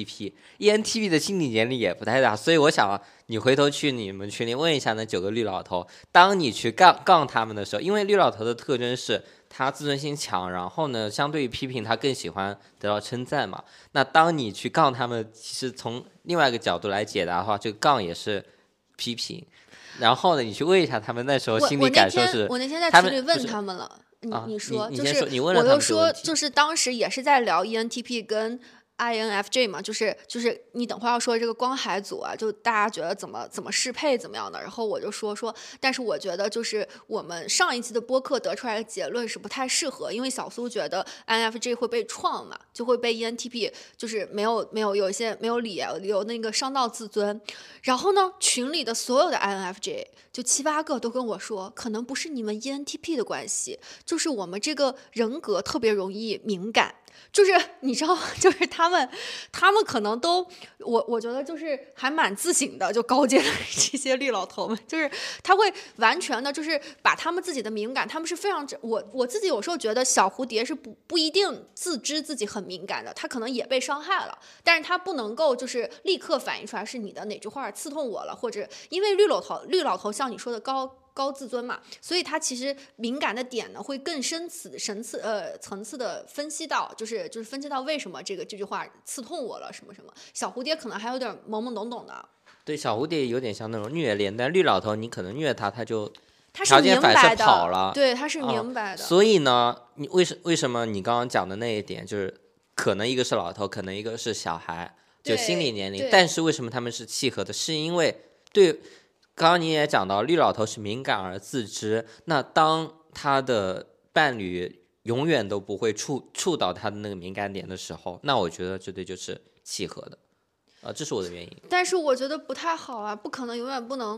ENTP 的心理年龄也不太大，所以我想你回头去你们群里问一下那9个绿老头，当你去杠他们的时候，因为绿老头的特征是他自尊心强，然后呢，相对于批评他更喜欢得到称赞嘛。那当你去杠他们，其实从另外一个角度来解答的话，这个杠也是批评。然后呢，你去问一下他们那时候心理感受是。 我那天在群里问他们了，你说，就是我就说，就是当时也是在聊 ENTP 跟 INFJ 嘛，就是你等会儿要说这个光海组啊，就大家觉得怎么适配怎么样的，然后我就说，但是我觉得就是我们上一期的播客得出来的结论是不太适合，因为小苏觉得 INFJ 会被创嘛，就会被 ENTP 就是没有一些没有理有那个伤到自尊，然后呢，群里的所有的 INFJ 就7、8个都跟我说，可能不是你们 ENTP 的关系，就是我们这个人格特别容易敏感。就是你知道，就是他们可能都我觉得就是还蛮自省的，就高阶的这些绿老头们，就是他会完全的，就是把他们自己的敏感，他们是非常我自己有时候觉得小蝴蝶是不一定自知自己很敏感的，他可能也被伤害了，但是他不能够就是立刻反映出来是你的哪句话刺痛我了，或者因为绿老头像你说的高自尊嘛，所以他其实敏感的点呢会更层次的分析到，就是分析到为什么这句话刺痛我了什么什么。小蝴蝶可能还有点懵懵懂懂的。 对，小蝴蝶有点像那种虐恋，但绿老头你可能虐他就条件反射跑了， 对，他是明白的。 所以呢，你为什么你刚刚讲的那一点，就是可能一个是老头，可能一个是小孩，就心理年龄，但是为什么他们是契合的？是因为刚刚你也讲到，绿老头是敏感而自知，那当他的伴侣永远都不会触到他的那个敏感点的时候，那我觉得这对就是契合的，这是我的原因。 但是我觉得不太好啊，不可能永远不能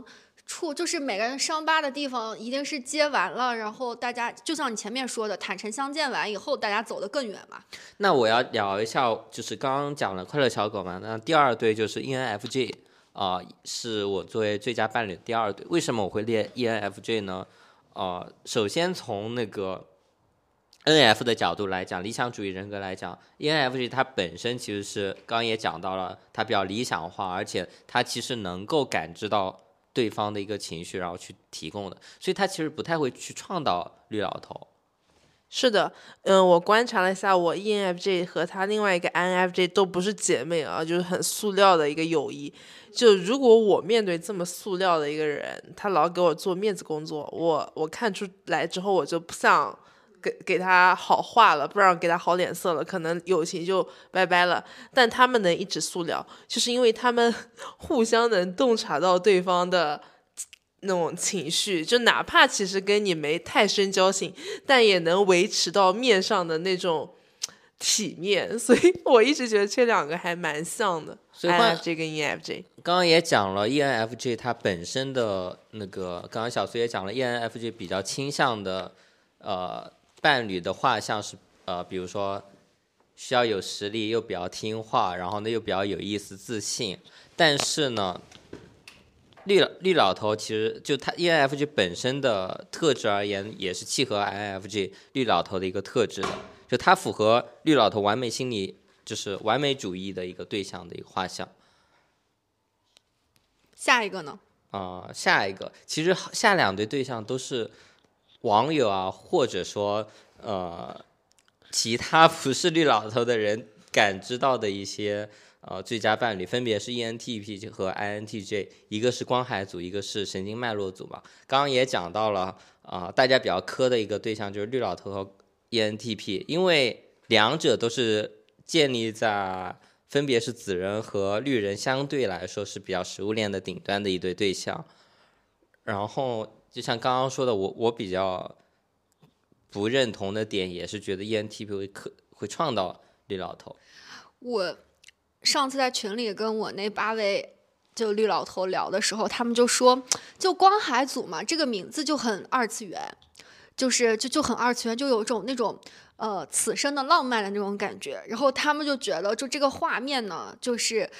处，就是每个人伤疤的地方一定是接完了，然后大家就像你前面说的，坦诚相见完以后，大家走得更远嘛。 那我要聊一下，就是刚刚讲了快乐小狗嘛，那第二对就是 ENFJ，是我作为最佳伴侣的第二对。为什么我会列 ENFJ 呢？首先从那个 NF 的角度来讲，理想主义人格来讲 ，ENFJ 它本身其实是刚刚也讲到了，它比较理想化，而且它其实能够感知到对方的一个情绪，然后去提供的，所以它其实不太会去创造绿老头。 是的，我观察了一下，我 ENFJ 和他另外一个 INFJ 都不是姐妹啊，就是很塑料的一个友谊。就如果我面对这么塑料的一个人，他老给我做面子工作，我看出来之后，我就不想给他好话了，不让给他好脸色了，可能友情就拜拜了。但他们能一直塑料，就是因为他们互相能洞察到对方的那种情绪，就哪怕其实跟你没太深交情，但也能维持到面上的那种体面。所以我一直觉得这两个还蛮像的， 所以 INFJ 跟 ENFJ。 刚刚也讲了 ENFJ 它本身的那个，刚刚小苏也讲了 ENFJ 比较倾向的伴侣的画像是比如说需要有实力，又比较听话，然后呢又比较有意思、自信。但是呢，绿老头其实就他 ENFJ 本身的特质而言，也是契合 INFJ 绿老头的一个特质的，就他符合绿老头完美心理，就是完美主义的一个对象的一个画像。 下一个呢？ 下一个，其实下两对对象都是网友啊，或者说其他不是绿老头的人感知到的一些最佳伴侣，分别是 ENTP 和 INTJ， 一个是光海组，一个是神经脉络组嘛。刚刚也讲到了大家比较磕的一个对象就是绿老头和 ENTP， 因为两者都是建立在分别是紫人和绿人相对来说是比较食物链的顶端的一对对象。然后就像刚刚说的，我比较不认同的点也是觉得 ENTP 会创造绿老头。 我上次在群里跟我那8位就绿老头聊的时候，他们就说，就光海组嘛，这个名字就很二次元，就很二次元，就有种那种此生的浪漫的那种感觉。然后他们就觉得，就这个画面呢，就是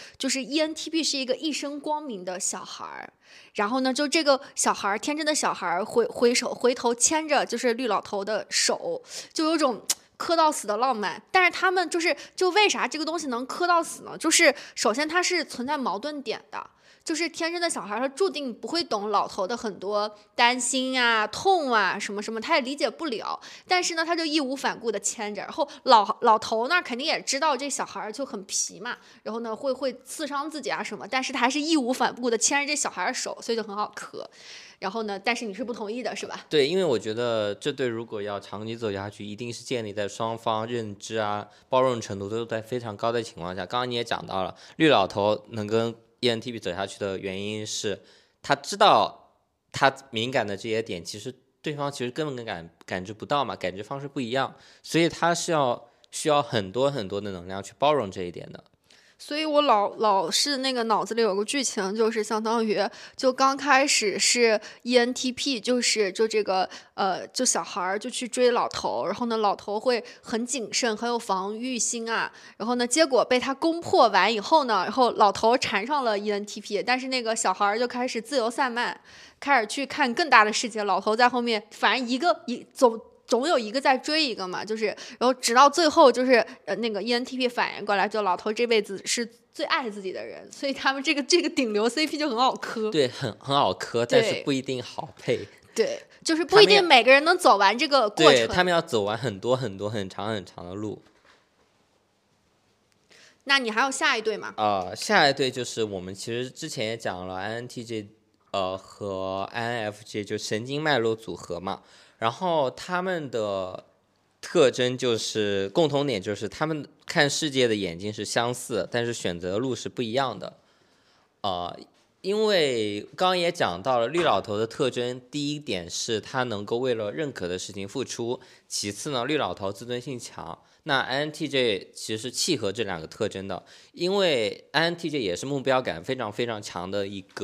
ENTP 是一个一生光明的小孩，然后呢，就这个小孩天真的小孩回头牵着就是绿老头的手，就有种磕到死的浪漫。但是他们就为啥这个东西能磕到死呢？就是首先它是存在矛盾点的，就是天真的小孩他注定不会懂老头的很多担心啊、痛啊什么什么，他也理解不了。但是呢，他就义无反顾的牵着，然后老头呢肯定也知道这小孩就很皮嘛，然后呢会刺伤自己啊什么，但是他还是义无反顾的牵着这小孩的手，所以就很好磕。然后呢，但是你是不同意的是吧？ 对，因为我觉得这对如果要长期走下去，一定是建立在双方认知啊、包容程度都在非常高的情况下。刚刚你也讲到了，绿老头能跟 ENTP 走下去的原因是，他知道他敏感的这些点，其实对方其实根本感知不到嘛，感知方式不一样，所以他是需要很多很多的能量去包容这一点的。 所以我老是那个脑子里有个剧情，就是相当于就刚开始是 ENTP，就这个就小孩就去追老头，然后呢老头会很谨慎，很有防御心啊，然后呢结果被他攻破完以后呢，然后老头缠上了 ENTP， 但是那个小孩就开始自由散漫，开始去看更大的世界，老头在后面，反正总有一个在追一个嘛，然后直到最后那个 ENTP 反应过来，就老头这辈子是最爱自己的人，所以他们这个顶流 CP 就很好磕。 对，很好磕，但是不一定好配。 对，就是不一定每个人能走完这个过程。 对，他们要走完很多很多很长很长的路。 那你还有下一对吗？ 下一对就是我们其实之前也讲了 INTJ 和 INFJ 就神经脉络组合嘛。然后他们的特征就是共同点就是他们看世界的眼睛是相似，但是选择的路是不一样的。因为刚刚也讲到了绿老头的特征，第一点是他能够为了认可的事情付出，其次呢，绿老头自尊心强。那 INTJ 其实是契合这两个特征的，因为 INTJ 也是目标感非常非常强的一个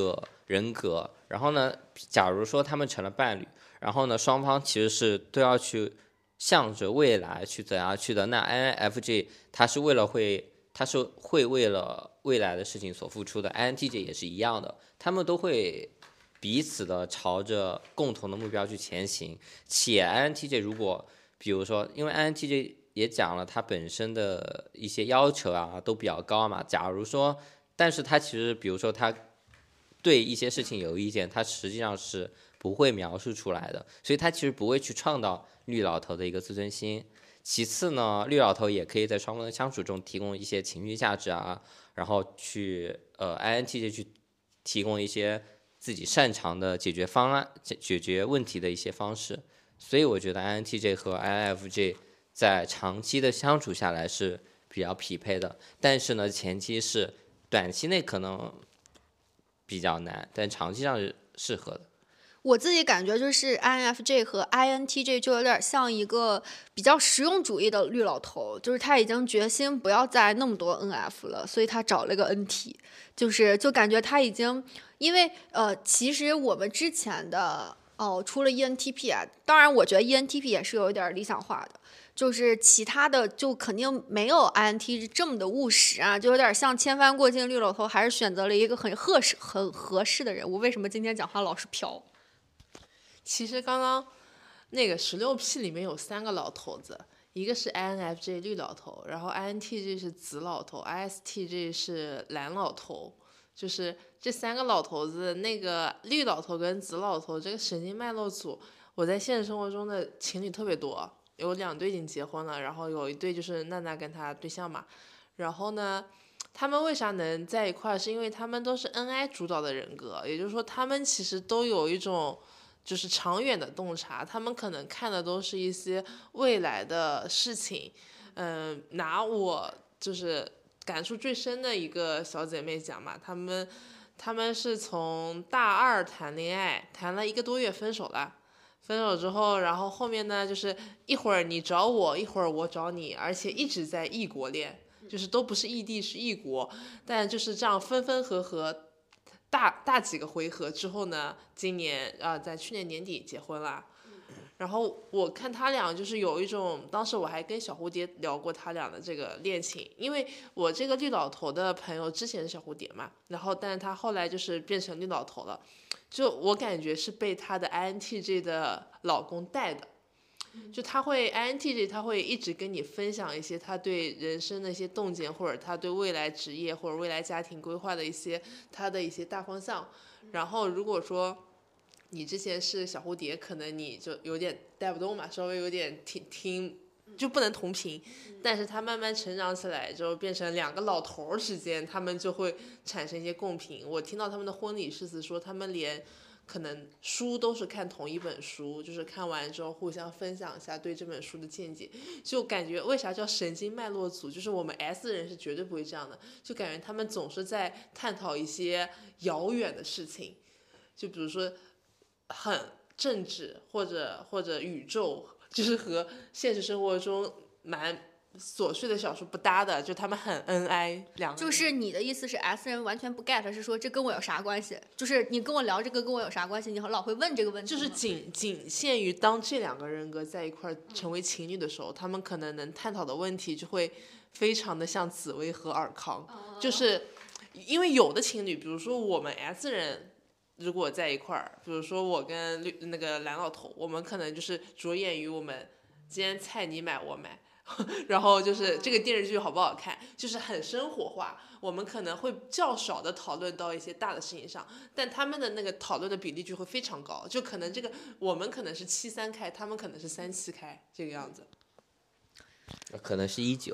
人格。然后呢，假如说他们成了伴侣，然后呢，双方其实是都要去向着未来去走下去的。那 INFJ 它是会为了未来的事情所付出的 ，INTJ 也是一样的，他们都会彼此的朝着共同的目标去前行。且 INTJ 如果比如说，因为 INTJ 也讲了他本身的一些要求啊都比较高嘛，假如说，但是他其实比如说他对一些事情有意见，他实际上是不会描述出来的，所以他其实不会去创造绿老头的一个自尊心。其次呢，绿老头也可以在双方的相处中提供一些情绪价值啊，然后去INTJ 去提供一些自己擅长的解决方案、解决问题的一些方式。所以我觉得 INTJ 和 INFJ 在长期的相处下来是比较匹配的，但是呢，前提是短期内可能比较难，但长期上是适合的。 我自己感觉就是 INFJ 和 INTJ 就有点像一个比较实用主义的绿老头，就是他已经决心不要再那么多 NF 了，所以他找了个 NT， 就感觉他已经，因为其实我们之前的除了 ENTP 啊，当然我觉得 ENTP 也是有一点理想化的。就是其他的就肯定没有 INTJ 这么的务实啊，就有点像千帆过尽绿老头，还是选择了一个很合适的人物。为什么今天讲话老是飘？ 其实刚刚那个16P 里面有3个老头子，一个是 INFJ 绿老头，然后 INTJ 是紫老头， ISTJ 是蓝老头。就是这3个老头子，那个绿老头跟紫老头这个神经脉络组，我在现实生活中的情侣特别多。有2对已经结婚了，然后有1对就是娜娜跟她对象嘛。然后呢，他们为啥能在一块儿？是因为他们都是 NI 主导的人格，也就是说，他们其实都有一种就是长远的洞察，他们可能看的都是一些未来的事情。拿我就是感触最深的一个小姐妹讲嘛，他们是从大2谈恋爱，谈了1个多月分手了。分手之后，然后后面呢，就是一会儿你找我，一会儿我找你，而且一直在异国恋，就是都不是异地，是异国，但就是这样分分合合，大几个回合之后呢，今年在去年年底结婚了。然后我看他俩就是有一种，当时我还跟小蝴蝶聊过他俩的这个恋情，因为我这个绿老头的朋友之前是小蝴蝶嘛，然后但是他后来就是变成绿老头了。就我感觉是被她的 INTJ 的老公带的，就他会 INTJ 他会一直跟你分享一些他对人生的一些洞见，或者他对未来职业或者未来家庭规划的他的一些大方向。然后如果说你之前是小蝴蝶，可能你就有点带不动嘛，稍微有点听就不能同频。但是他慢慢成长起来之后，变成2个老头之间，他们就会产生一些共频。我听到他们的婚礼誓词说，他们连可能书都是看同一本书，就是看完之后互相分享一下对这本书的见解。就感觉为啥叫神经脉络组，就是我们 S 人是绝对不会这样的，就感觉他们总是在探讨一些遥远的事情，就比如说很政治或者宇宙，就是和现实生活中蛮琐碎的小说不搭的，就他们很恩爱两个人。 就是你的意思是 S 人完全不 get， 是说这跟我有啥关系？就是你跟我聊这个跟我有啥关系？你老会问这个问题。 就是仅限于当这2个人格在一块成为情侣的时候，他们可能能探讨的问题就会非常的像紫薇和尔康。就是因为有的情侣，比如说我们 S 人如果在一块儿，比如说我跟那个蓝老头，我们可能就是着眼于我们今天菜你买我买，然后就是这个电视剧好不好看，就是很生活化。我们可能会较少的讨论到一些大的事情上，但他们的那个讨论的比例就会非常高，就可能这个我们可能是7-3开，他们可能是3-7开这个样子， 可能是19。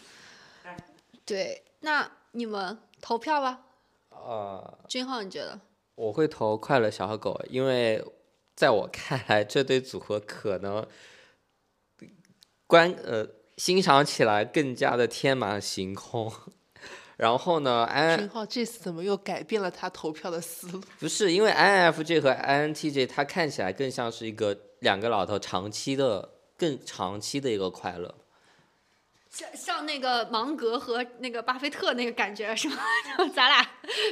对，那你们投票吧。君浩，你觉得？ 我会投快乐小狗，因为在我看来，这对组合可能欣赏起来更加的天马行空。然后呢， 君浩这次怎么又改变了他投票的思路？ 不是因为 INFJ 和 INTJ， 它看起来更像是2个老头更长期的一个快乐。 像那个芒格和那个巴菲特那个感觉是吗？咱俩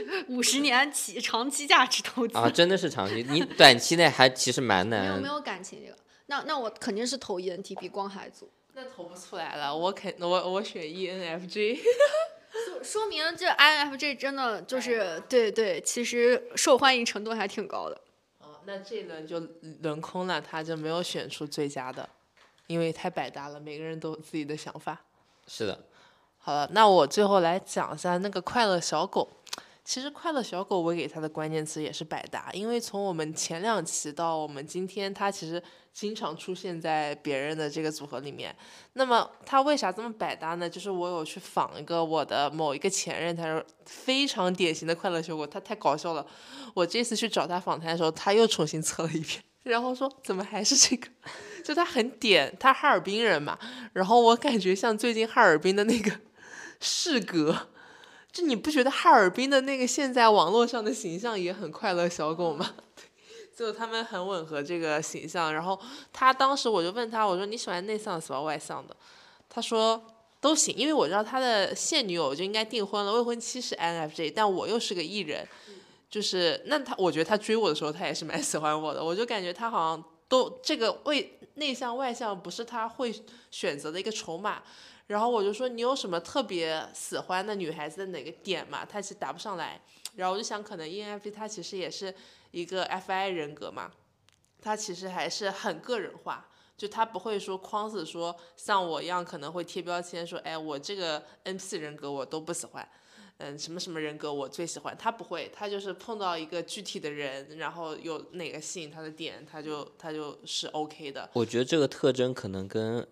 50年起长期价值投资啊，真的是长期，你短期内还其实蛮难。 没有感情这个，那我肯定是投 ENTP 光海组。 那投不出来了，我选 ENFJ。 说明这 INFJ 真的就是对，其实受欢迎程度还挺高的。 那这一轮就轮空了，他就没有选出最佳的，因为太百搭了，每个人都有自己的想法。 是的。 好了，那我最后来讲一下那个快乐小狗。其实快乐小狗我给它的关键词也是百搭，因为从我们前2期到我们今天，它其实经常出现在别人的这个组合里面。那么它为啥这么百搭呢？就是我有去访一个我的某一个前任，他说非常典型的快乐小狗，他太搞笑了。我这次去找他访谈的时候，他又重新测了一遍，然后说怎么还是这个？就他很点，他哈尔滨人嘛，然后我感觉像最近哈尔滨的那个世格。就你不觉得哈尔滨的那个现在网络上的形象也很快乐小狗吗？就他们很吻合这个形象。然后他当时我就问他，我说你喜欢内向喜欢外向的？他说都行，因为我知道他的现女友就应该订婚了，未婚妻是 INFJ， 但我又是个 E 人，就是那我觉得他追我的时候他也是蛮喜欢我的，我就感觉他好像都这个内向外向不是他会选择的一个筹码。然后我就说你有什么特别喜欢的女孩子的哪个点嘛？他其实答不上来。然后我就想，可能 ENFP 他其实也是一个 FI 人格嘛，他其实还是很个人化，就他不会说框死说像我一样可能会贴标签说，哎，我这个 NP 人格我都不喜欢，什么什么人格我最喜欢，他不会，他就是碰到一个具体的人，然后有哪个吸引他的点，他就是 OK 的。 我觉得这个特征可能跟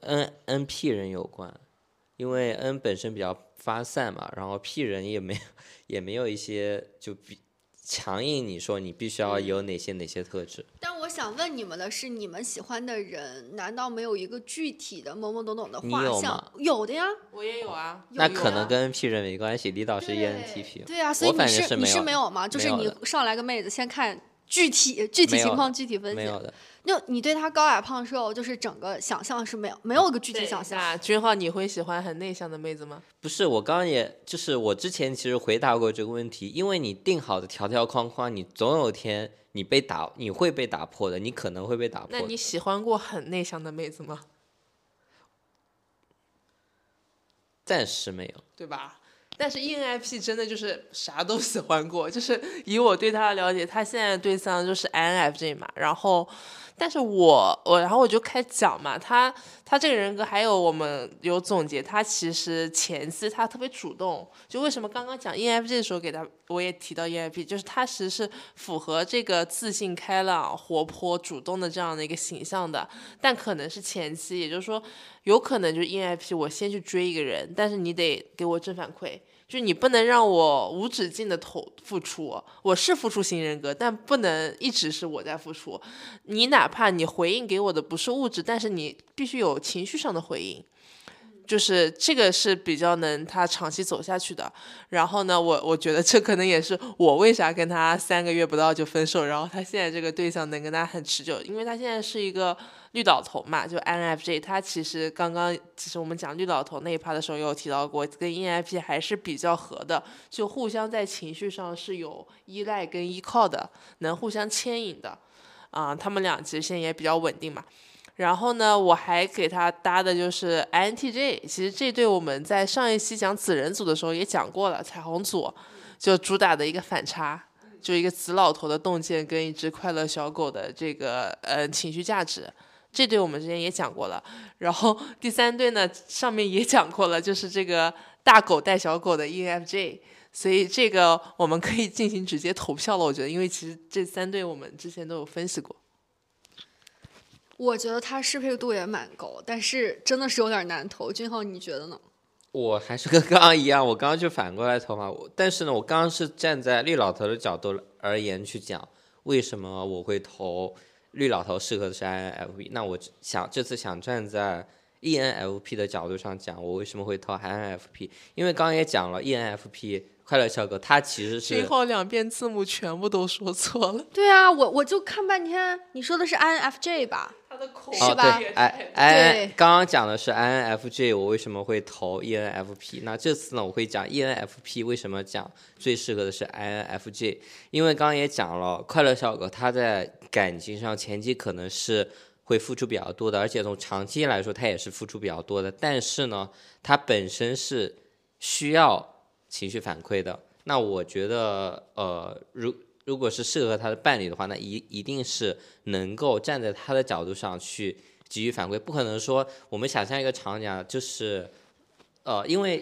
NP 人有关。因为 N 本身比较发散嘛，然后 P 人也没有一些就强硬你说你必须要有哪些特质。 但我想问你们的是，你们喜欢的人难道没有一个具体的懵懵懂懂的画像？有的呀， 我也有啊。 那可能跟 P 人没关系，李导是 ENTP。 对啊，所以你是没有吗？就是你上来个妹子，先看具体情况具体分析。 没有的。 那你对他高矮胖瘦，就是整个想象是没有个具体想象。 君浩，你会喜欢很内向的妹子吗？ 不是，我刚刚就是我之前其实回答过这个问题，因为你定好的条框框，你总有一天你会被打破的，你可能会被打破的。 那你喜欢过很内向的妹子吗？ 暂时没有， 对吧？但是 ENFP 真的就是啥都喜欢过，就是以我对他的了解，他现在的对象就是 INFJ 嘛，然后但是然后我就开始讲嘛，他这个人格还有我们有总结，他其实前期他特别主动，就为什么刚刚讲 ENFJ 的时候我也提到 ENFP， 就是他其实是符合这个自信开朗活泼主动的这样的一个形象的，但可能是前期，也就是说有可能就是 ENFP 我先去追一个人，但是你得给我正反馈，就你不能让我无止境的付出，我是付出型人格，但不能一直是我在付出。你哪怕你回应给我的不是物质，但是你必须有情绪上的回应，就是这个是比较能他长期走下去的。然后呢，我觉得这可能也是我为啥跟他3个月不到就分手，然后他现在这个对象能跟他很持久，因为他现在是一个绿岛头嘛，就 INFJ， 他其实我们讲绿岛头那一趴的时候有提到过，跟 ENFP 还是比较合的，就互相在情绪上是有依赖跟依靠的，能互相牵引的他们俩其实现在也比较稳定嘛。然后呢，我还给他搭的就是 INTJ， 其实这对我们在上一期讲子人组的时候也讲过了，彩虹组就主打的一个反差，就一个死老头的洞见跟一只快乐小狗的这个情绪价值，这对我们之前也讲过了。然后第3对呢，上面也讲过了，就是这个大狗带小狗的 ENFJ， 所以这个我们可以进行直接投票了，我觉得，因为其实这3对我们之前都有分析过。 我觉得他适配度也蛮高，但是真的是有点难投。君浩，你觉得呢？ 我还是跟刚刚一样，我刚刚就反过来投嘛。但是呢，我刚刚是站在绿老头的角度而言去讲，为什么我会投绿老头适合的是 INFP。那我这次想站在 ENFP 的角度上讲，我为什么会投 INFP？ 因为刚刚也讲了 ENFP。快乐小狗，它其实是君浩2遍字母全部都说错了。 对啊，我就看半天，你说的是 INFJ 吧？ 他的口是吧对对刚刚讲的是 INFJ， 我为什么会投 ENFP？ 那这次呢，我会讲 ENFP 为什么讲最适合的是 INFJ， 因为刚刚也讲了，快乐小狗他在感情上前期可能是会付出比较多的，而且从长期来说，他也是付出比较多的。但是呢，他本身是需要情绪反馈的。那我觉得，如果是适合他的伴侣的话，那一定是能够站在他的角度上去给予反馈，不可能说我们想象一个场景，就是因为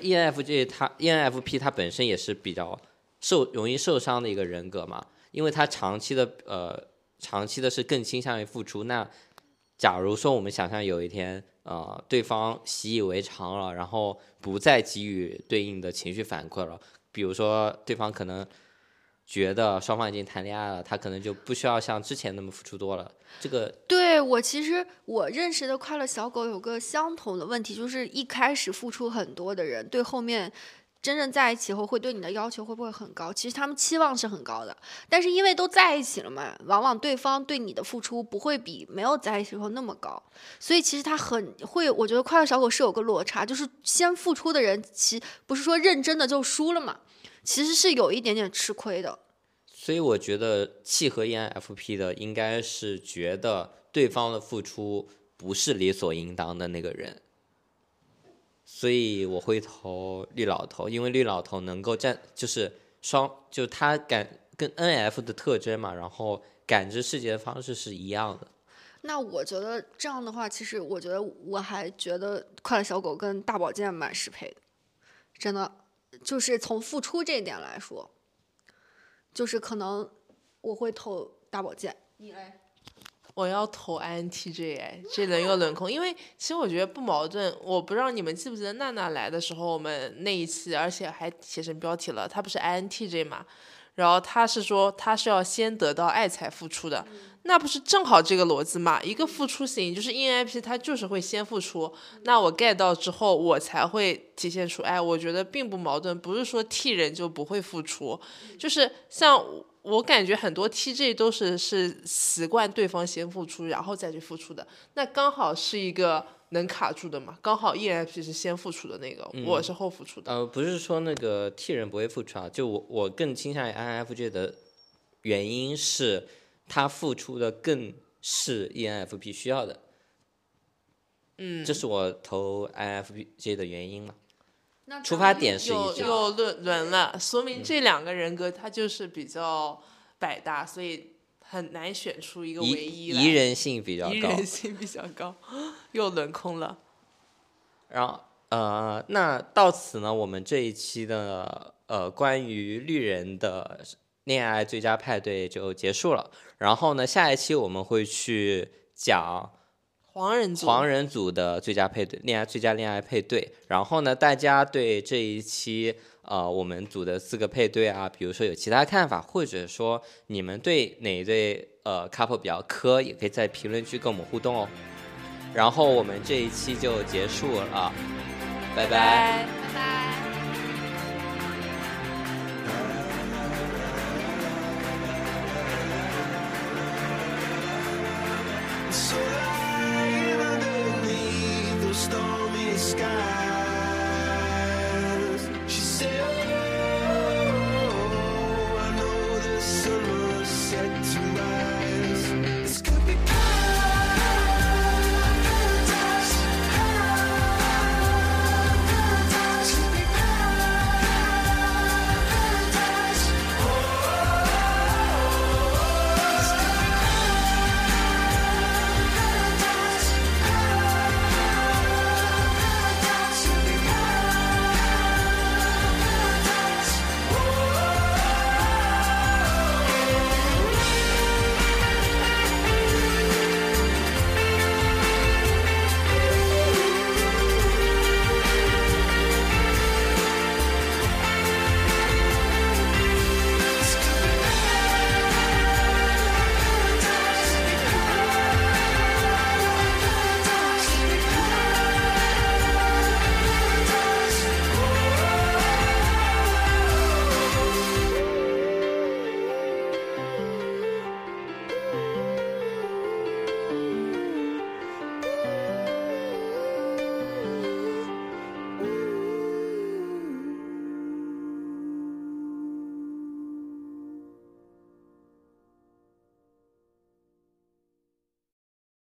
ENFP 它本身也是比较容易受伤的一个人格嘛，因为他长期的是更倾向于付出。那假如说我们想象有一天对方习以为常了，然后不再给予对应的情绪反馈了，比如说对方可能觉得双方已经谈恋爱了，他可能就不需要像之前那么付出多了。这个对，其实我认识的快乐小狗有个相同的问题，就是一开始付出很多的人，对后面真正在一起后会对你的要求会不会很高？其实他们期望是很高的，但是因为都在一起了嘛，往往对方对你的付出不会比没有在一起后那么高，所以其实他我觉得快乐小狗是有个落差，就是先付出的人不是说认真的就输了嘛，其实是有一点点吃亏的。 所以我觉得契合 ENFP 的应该是觉得对方的付出不是理所应当的那个人，所以我会投绿老头，因为绿老头能够就是他跟 NF 的特征嘛，然后感知世界的方式是一样的。 那我觉得这样的话，其实我还觉得快乐小狗跟大保健蛮适配的，真的，就是从付出这一点来说，就是可能我会投大保健。你嘞？ 我要投 INTJ 哎，这轮又轮空，因为其实我觉得不矛盾。我不知道你们记不记得娜娜来的时候，我们那一期，而且还写成标题了，她不是 INTJ 嘛，然后她是说她是要先得到爱才付出的，那不是正好这个逻辑嘛？一个付出型就是 ENFP， 它就是会先付出，那我 get 到之后，我才会体现出爱。我觉得并不矛盾，不是说 T 人就不会付出，就是像我感觉很多 TJ 都是习惯对方先付出，然后再去付出的。那刚好是一个能卡住的嘛，刚好 ENFP 是先付出的那个，我是后付出的。 不是说那个 T 人不会付出啊，就我更倾向于 INFJ 的原因是，他付出的更是 ENFP 需要的。这是我投 INFJ 的原因嘛。出发点是一致。 又轮了，说明这两个人格他就是比较百搭，所以很难选出一个唯一来。 宜人性比较高。 宜人性比较高，又轮空了。 然后那到此呢，我们这一期的关于绿人的恋爱最佳派对就结束了。然后呢，下一期我们会去讲黄人组的最佳配对，最佳恋爱配对。然后呢，大家对这一期我们组的4个配对啊，比如说有其他看法，或者说你们对哪一对couple 比较磕，也可以在评论区跟我们互动哦。然后我们这一期就结束了，拜拜。 拜拜。